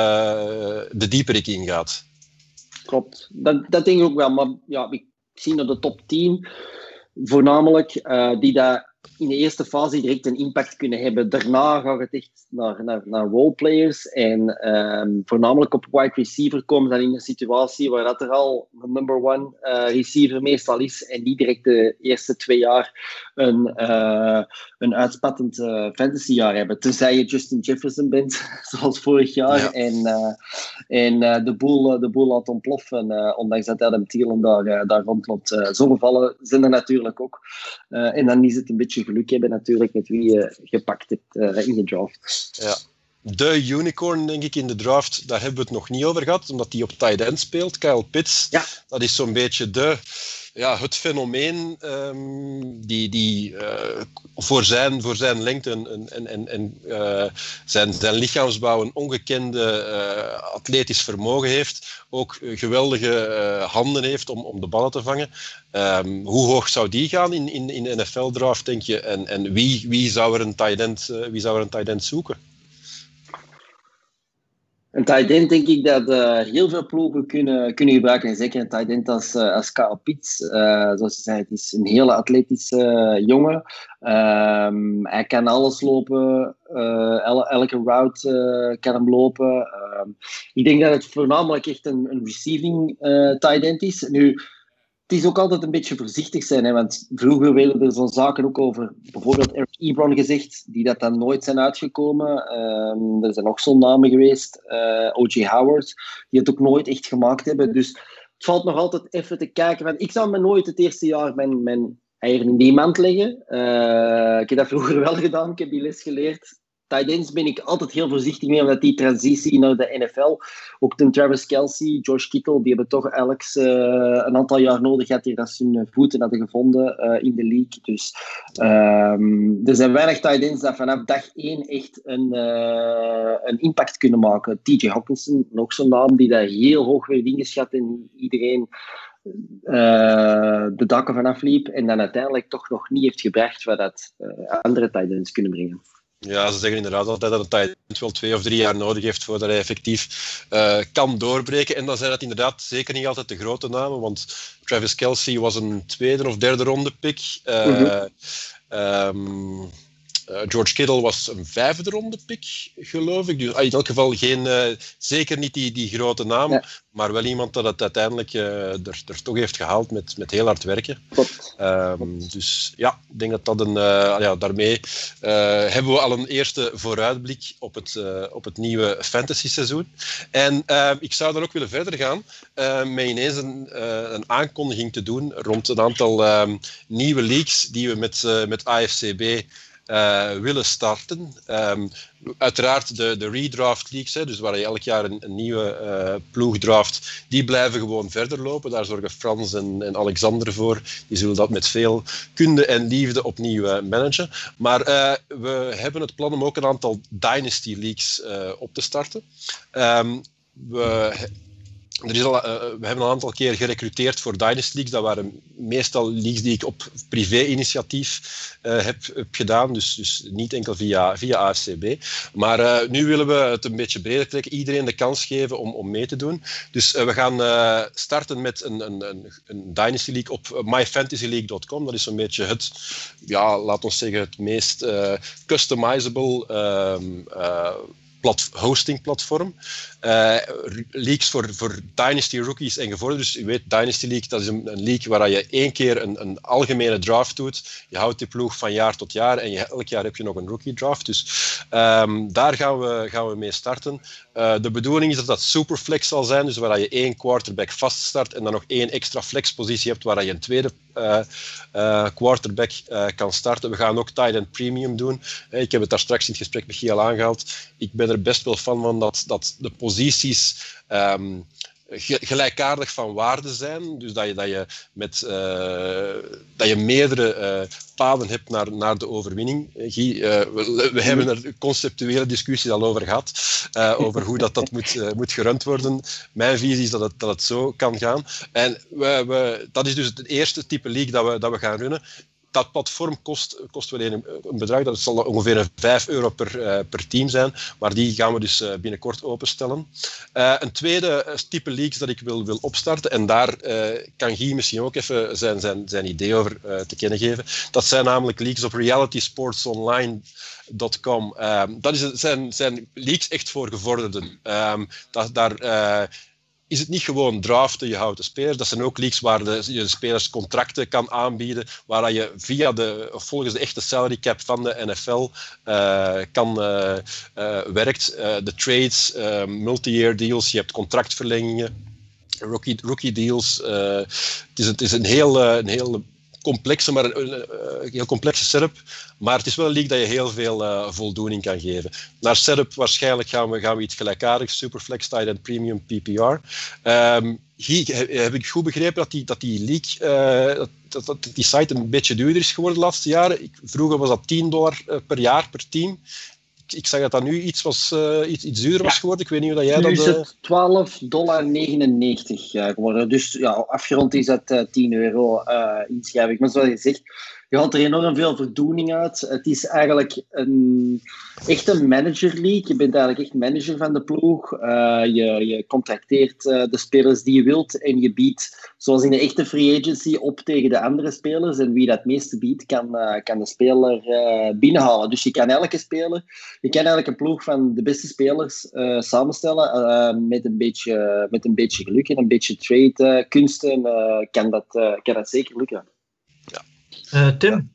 de dieperik ingaat. Klopt, dat, dat denk ik ook wel, maar ja, ik zie dat de top tien voornamelijk, uh, die daar in de eerste fase direct een impact kunnen hebben. Daarna gaat het echt naar, naar, naar roleplayers en um, voornamelijk op wide receiver komen dan in een situatie waar dat er al een number one uh, receiver meestal is en niet direct de eerste twee jaar een, uh, een uitspattend uh, fantasyjaar hebben. Tenzij je Justin Jefferson bent, zoals vorig jaar, ja. en, uh, en uh, de, boel, de boel laat ontploffen, uh, ondanks dat Adam Thielen daar, uh, daar rondloopt. Uh, Zonnevallen zijn er natuurlijk ook. Uh, en dan is het een beetje geluk hebben natuurlijk met wie je gepakt hebt uh, in de draft. Ja. De unicorn, denk ik, in de draft, daar hebben we het nog niet over gehad, omdat hij op tight end speelt. Kyle Pitts, ja. Dat is zo'n beetje de, ja, het fenomeen um, die, die uh, voor, zijn, voor zijn lengte en, en, en, en uh, zijn, zijn lichaamsbouw een ongekende uh, atletisch vermogen heeft. Ook uh, geweldige uh, handen heeft om, om de ballen te vangen. Um, hoe hoog zou die gaan in, in, in de N F L-draft, denk je? En, en wie, wie zou er een tight end, uh, wie zou er een tight end zoeken? Een tight end denk ik dat uh, heel veel ploegen kunnen, kunnen gebruiken. En zeker een tight end als, uh, als Kyle Pitts. Uh, zoals je zei, het is een hele atletische uh, jongen. Um, hij kan alles lopen. Uh, el- elke route uh, kan hem lopen. Um, ik denk dat het voornamelijk echt een, een receiving uh, tight end is. Nu, het is ook altijd een beetje voorzichtig zijn, hè, want vroeger werden er zo'n zaken ook over bijvoorbeeld Eric Ebron gezegd, die dat dan nooit zijn uitgekomen. Um, er zijn nog zo'n namen geweest, uh, O J Howard, die het ook nooit echt gemaakt hebben. Dus het valt nog altijd even te kijken. Want ik zou me nooit het eerste jaar mijn, mijn eieren in die mand leggen. Uh, ik heb dat vroeger wel gedaan, ik heb die les geleerd. Tight ends ben ik altijd heel voorzichtig mee, omdat die transitie naar de N F L, ook de Travis Kelce, George Kittle, die hebben toch Alex uh, een aantal jaar nodig gehad hier dat ze hun voeten hadden gevonden uh, in de league. Dus um, er zijn weinig tight ends dat vanaf dag één echt een, uh, een impact kunnen maken. T J Hockenson, nog zo'n naam die daar heel hoog werd ingeschat en iedereen uh, de dakken vanaf liep en dan uiteindelijk toch nog niet heeft gebracht wat dat uh, andere tight ends kunnen brengen. Ja, ze zeggen inderdaad altijd dat een tight end wel twee of drie jaar nodig heeft voordat hij effectief uh, kan doorbreken. En dan zijn dat inderdaad zeker niet altijd de grote namen, want Travis Kelce was een tweede of derde ronde pick. Uh, mm-hmm. um, Uh, George Kittle was een vijfde ronde pick, geloof ik. Dus in elk geval geen, uh, zeker niet die, die grote naam, ja. Maar wel iemand dat het uiteindelijk uh, er, er toch heeft gehaald met, met heel hard werken. Um, dus ja, ik denk dat dat een... Uh, ja, daarmee uh, hebben we al een eerste vooruitblik op het, uh, op het nieuwe fantasy seizoen. En uh, ik zou dan ook willen verder gaan uh, met ineens een, uh, een aankondiging te doen rond een aantal uh, nieuwe leagues die we met, uh, met A F C B Uh, willen starten. Um, uiteraard de, de redraft leagues, hè, dus waar je elk jaar een, een nieuwe uh, ploeg draft, die blijven gewoon verder lopen. Daar zorgen Frans en, en Alexander voor. Die zullen dat met veel kunde en liefde opnieuw uh, managen. Maar uh, we hebben het plan om ook een aantal Dynasty leagues uh, op te starten. Um, we... Er is al, uh, we hebben al een aantal keer gerecruiteerd voor Dynasty Leagues. Dat waren meestal leagues die ik op privé-initiatief uh, heb, heb gedaan. Dus, dus niet enkel via, via A F C B. Maar uh, nu willen we het een beetje breder trekken. Iedereen de kans geven om, om mee te doen. Dus uh, we gaan uh, starten met een, een, een, een Dynasty League op my fantasy league dot com. Dat is een beetje het, ja, laat ons zeggen, het meest uh, customizable um, uh, Plat, hosting platform. Uh, leagues voor, voor Dynasty rookies en gevorderden. Dus u weet, Dynasty League, dat is een, een league waar je één keer een, een algemene draft doet. Je houdt die ploeg van jaar tot jaar en je, elk jaar heb je nog een rookie draft. Dus um, daar gaan we, gaan we mee starten. Uh, de bedoeling is dat dat superflex zal zijn, dus waar je één quarterback vaststart en dan nog één extra flexpositie hebt waar je een tweede uh, uh, quarterback uh, kan starten. We gaan ook tight end premium doen. Uh, ik heb het daar straks in het gesprek met Giel aangehaald. Ik ben er best wel fan van dat, dat de posities um, gelijkaardig van waarde zijn. Dus dat je, dat je, met, uh, dat je meerdere uh, paden hebt naar, naar de overwinning. Guy, uh, we, we hebben er conceptuele discussies al over gehad, uh, over hoe dat, dat moet, uh, moet gerund worden. Mijn visie is dat het, dat het zo kan gaan. En we, we, dat is dus het eerste type league dat we, dat we gaan runnen. Dat platform kost, kost wel een, een bedrag, dat zal ongeveer een vijf euro per, uh, per team zijn, maar die gaan we dus uh, binnenkort openstellen. Uh, een tweede type leagues dat ik wil, wil opstarten, en daar uh, kan Guy misschien ook even zijn, zijn, zijn idee over uh, te kennen geven. Dat zijn namelijk leagues op reality sports online dot com. Uh, dat is, zijn, zijn leagues echt voor gevorderden. Uh, dat, daar... Uh, is het niet gewoon draften, je houdt de spelers. Dat zijn ook leagues waar de, je de spelers contracten kan aanbieden, waar je via de, volgens de echte salary cap van de N F L uh, kan uh, uh, werkt. Uh, de trades, uh, multi-year deals, je hebt contractverlengingen, rookie, rookie deals. Uh, het, is, het is een heel, uh, een heel complexe, maar een, een, een heel complexe setup. Maar het is wel een league dat je heel veel uh, voldoening kan geven. Naar setup waarschijnlijk gaan we, gaan we iets gelijkaardigs, Superflex, Tight End, Premium, P P R. Um, hier heb ik goed begrepen dat die, dat die league, uh, dat, dat die site een beetje duurder is geworden de laatste jaren. Ik, vroeger was dat tien dollar per jaar per team. Ik zag dat dat nu iets, was, uh, iets, iets duurder was geworden. Ik weet niet hoe dat jij nu dat... Nu is het twaalf dollar negenennegentig uh, geworden. Dus ja, afgerond is dat uh, tien euro uh, inschrijving. Maar zoals je zegt, je haalt er enorm veel voldoening uit. Het is eigenlijk een, echt een manager league. Je bent eigenlijk echt manager van de ploeg. Uh, je, je contracteert uh, de spelers die je wilt en je biedt, zoals in de echte free agency, op tegen de andere spelers. En wie dat het meeste biedt, kan, uh, kan de speler uh, binnenhalen. Dus je kan elke speler, je kan eigenlijk een ploeg van de beste spelers uh, samenstellen uh, met, een beetje, met een beetje geluk en een beetje trade uh, kunsten. Uh, kan, dat, uh, kan dat zeker lukken. Ja. Uh, Tim,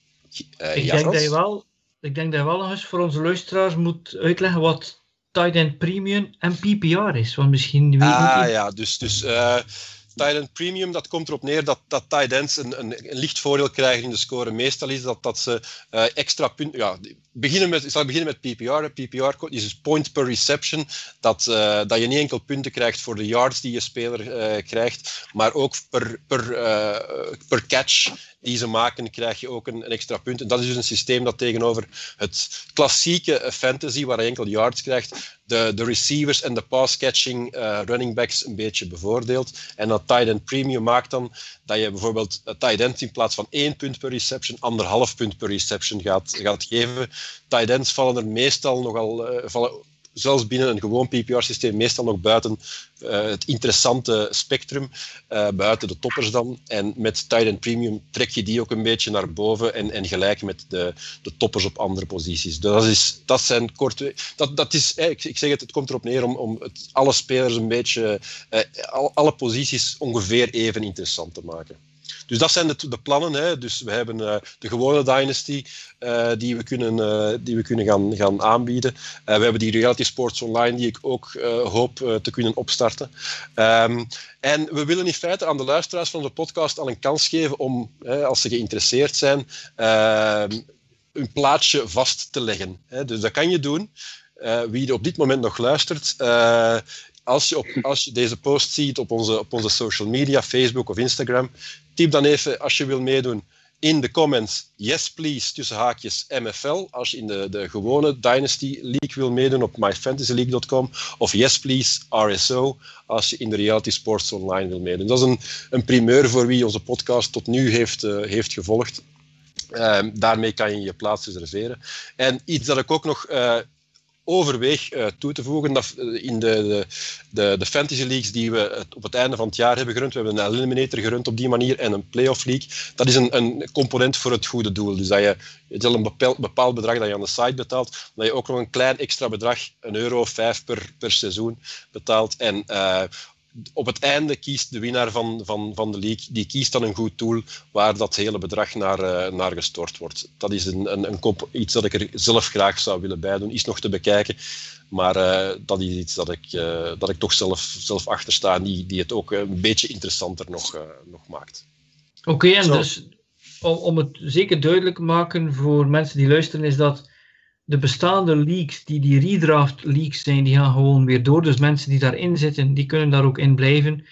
uh, ik, ja, denk dat je wel, ik denk dat je wel nog eens voor onze luisteraars moet uitleggen wat tight end premium en P P R is. Want misschien weet ah, niet... ja, dus... dus uh... tight end premium, dat komt erop neer dat, dat tight ends een, een, een licht voordeel krijgen in de score. Meestal is dat dat ze uh, extra punten... Ja, beginnen met, ik zal beginnen met P P R. P P R is dus point per reception. Dat, uh, dat je niet enkel punten krijgt voor de yards die je speler uh, krijgt, maar ook per, per, uh, per catch die ze maken, krijg je ook een, een extra punt. En dat is dus een systeem dat tegenover het klassieke fantasy, waar je enkel yards krijgt, de, de receivers en de pass-catching uh, running backs een beetje bevoordeelt. En dat tight end premium maakt dan dat je bijvoorbeeld een tight end in plaats van één punt per reception, anderhalf punt per reception gaat, gaat geven. Tight ends vallen er meestal nogal... Uh, vallen, zelfs binnen een gewoon P P R-systeem, meestal nog buiten uh, het interessante spectrum, uh, buiten de toppers dan. En met tight end premium trek je die ook een beetje naar boven en, en gelijk met de, de toppers op andere posities. Dat is, dat zijn korte... Dat, dat is, eh, ik, ik zeg het, het komt erop neer om, om het, alle spelers een beetje... Uh, al, alle posities ongeveer even interessant te maken. Dus dat zijn de, de plannen. Hè. Dus we hebben uh, de gewone Dynasty uh, die we kunnen, uh, die we kunnen gaan, gaan aanbieden. Uh, we hebben die Reality Sports Online die ik ook uh, hoop uh, te kunnen opstarten. Um, en we willen in feite aan de luisteraars van de podcast al een kans geven om, uh, als ze geïnteresseerd zijn, uh, een plaatsje vast te leggen. Hè. Dus dat kan je doen. Uh, wie op dit moment nog luistert... Uh, Als je, op, als je deze post ziet op onze, op onze social media, Facebook of Instagram, typ dan even, als je wil meedoen, in de comments yes please, tussen haakjes M F L, als je in de, de gewone Dynasty League wil meedoen op my fantasy league dot com, of yes please R S O, als je in de Reality Sports Online wil meedoen. Dat is een, een primeur voor wie onze podcast tot nu heeft, uh, heeft gevolgd. Uh, daarmee kan je je plaats reserveren. En iets dat ik ook nog... Uh, overweeg uh, toe te voegen, dat uh, in de, de, de, de fantasy leagues die we het, op het einde van het jaar hebben gerund, we hebben een eliminator gerund op die manier en een playoff league, dat is een, een component voor het goede doel. Dus dat je, het is een bepaald, bepaald bedrag dat je aan de site betaalt, dat je ook nog een klein extra bedrag, een euro of vijf per, per seizoen betaalt. En uh, op het einde kiest de winnaar van, van, van de league, die kiest dan een goed doel waar dat hele bedrag naar, uh, naar gestort wordt. Dat is een, een, een comp- iets dat ik er zelf graag zou willen bijdoen, is nog te bekijken. Maar uh, dat is iets dat ik, uh, dat ik toch zelf, zelf achter sta en die, die het ook een beetje interessanter nog, uh, nog maakt. Oké, okay, en Zo. dus om, om het zeker duidelijk te maken voor mensen die luisteren, is dat de bestaande leagues, die die redraft leagues zijn, die gaan gewoon weer door. Dus mensen die daarin zitten, die kunnen daar ook in blijven.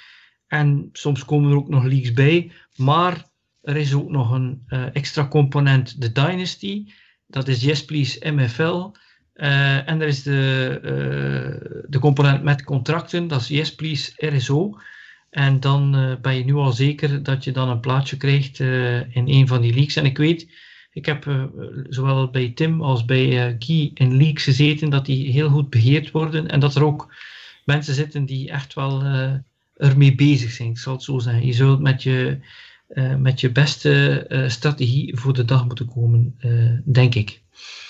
En soms komen er ook nog leagues bij. Maar er is ook nog een uh, extra component, de Dynasty. Dat is Yes Please M F L. Uh, en er is de, uh, de component met contracten, dat is Yes Please R S O. En dan uh, ben je nu al zeker dat je dan een plaatsje krijgt uh, in een van die leagues. En ik weet... Ik heb uh, zowel bij Tim als bij uh, Guy in leagues gezeten dat die heel goed beheerd worden en dat er ook mensen zitten die echt wel uh, ermee bezig zijn, ik zal het zo zeggen. Je zult met je, uh, met je beste uh, strategie voor de dag moeten komen, uh, denk ik.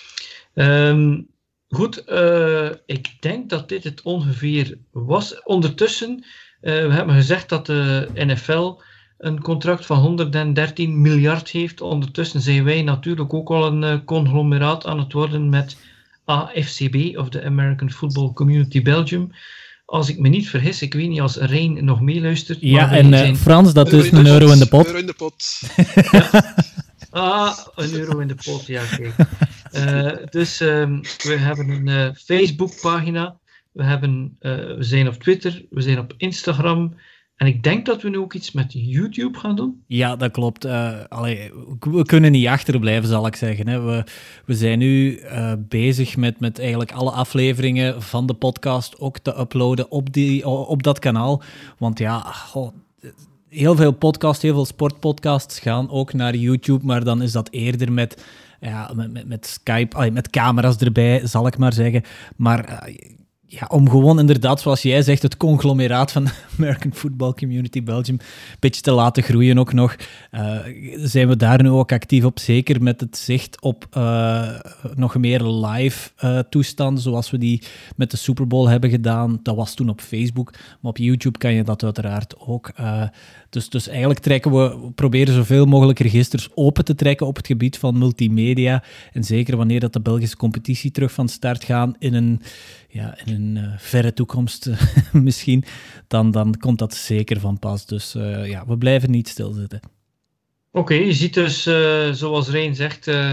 Um, goed, uh, ik denk dat dit het ongeveer was. Ondertussen, uh, we hebben gezegd dat de N F L een contract van honderddertien miljard heeft. Ondertussen zijn wij natuurlijk ook al een uh, conglomeraat aan het worden met A F C B, of de American Football Community Belgium. Als ik me niet vergis, ik weet niet als Rijn nog meeluistert. Ja, en uh, zijn... Frans, dat is een euro in de pot. Euro in de pot. Ja. Ah, een euro in de pot, ja, kijk. Uh, dus um, we hebben een uh, Facebookpagina, we, hebben, uh, we zijn op Twitter, we zijn op Instagram. En ik denk dat we nu ook iets met YouTube gaan doen. Ja, dat klopt. Uh, allee, we kunnen niet achterblijven, zal ik zeggen. Hè. We, we zijn nu uh, bezig met, met eigenlijk alle afleveringen van de podcast ook te uploaden op, die, op dat kanaal. Want ja, goh, heel veel podcasts, heel veel sportpodcasts gaan ook naar YouTube, maar dan is dat eerder met, ja, met, met, met Skype, allee, met camera's erbij, zal ik maar zeggen. Maar uh, ja, om gewoon inderdaad, zoals jij zegt, het conglomeraat van de American Football Community Belgium een beetje te laten groeien ook nog. Uh, zijn we daar nu ook actief op, zeker met het zicht op uh, nog meer live uh, toestanden, zoals we die met de Super Bowl hebben gedaan. Dat was toen op Facebook, maar op YouTube kan je dat uiteraard ook. Uh, dus, dus eigenlijk trekken we, we proberen zoveel mogelijk registers open te trekken op het gebied van multimedia. En zeker wanneer dat de Belgische competitie terug van start gaan in een, ja, in een uh, verre toekomst uh, misschien, dan, dan komt dat zeker van pas. Dus uh, ja, we blijven niet stilzitten. Oké, okay, je ziet dus, uh, zoals Rein zegt, uh,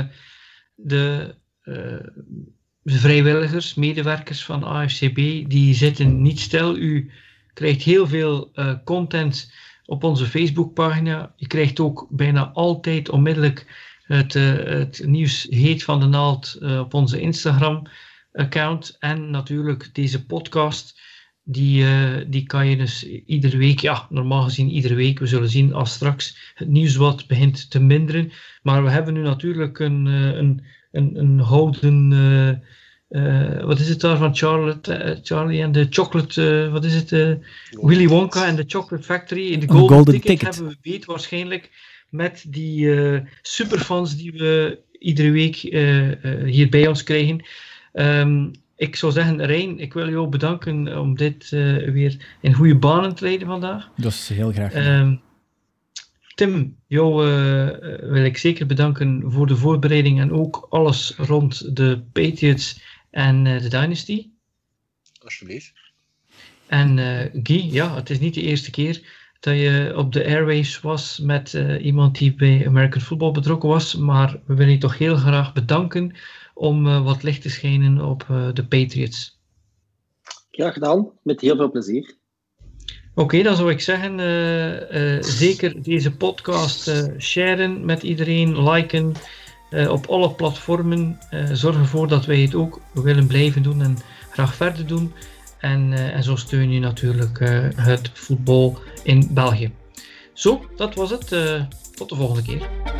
de uh, vrijwilligers, medewerkers van A F C B, die zitten niet stil. U krijgt heel veel uh, content op onze Facebookpagina. Je krijgt ook bijna altijd onmiddellijk het, uh, het nieuws heet van de naald uh, op onze Instagram-account. En natuurlijk deze podcast, die, uh, die kan je dus iedere week, ja, normaal gezien iedere week, we zullen zien als straks het nieuws wat begint te minderen. Maar we hebben nu natuurlijk een, een, een, een houden... Uh, Uh, wat is het daar van Charlotte, uh, Charlie en de Chocolate, uh, wat is het, uh, Willy Wonka en de Chocolate Factory. In de Golden, Golden Ticket, Ticket hebben we weet waarschijnlijk met die uh, superfans die we iedere week uh, uh, hier bij ons krijgen. Um, ik zou zeggen, Rein, ik wil jou bedanken om dit uh, weer in goede banen te leiden vandaag. Dat is heel graag. Um, Tim, jou uh, wil ik zeker bedanken voor de voorbereiding en ook alles rond de Patriots en uh, de Dynasty. Alsjeblieft. En uh, Guy, ja, het is niet de eerste keer dat je op de airwaves was met uh, iemand die bij American Football betrokken was, maar we willen je toch heel graag bedanken om uh, wat licht te schijnen op uh, de Patriots. Graag gedaan, met heel veel plezier. Oké, okay, dan zou ik zeggen, uh, uh, zeker deze podcast uh, sharen met iedereen, liken uh, op alle platformen. Uh, zorg ervoor dat wij het ook willen blijven doen en graag verder doen. En, uh, en zo steun je natuurlijk uh, het voetbal in België. Zo, dat was het. Uh, tot de volgende keer.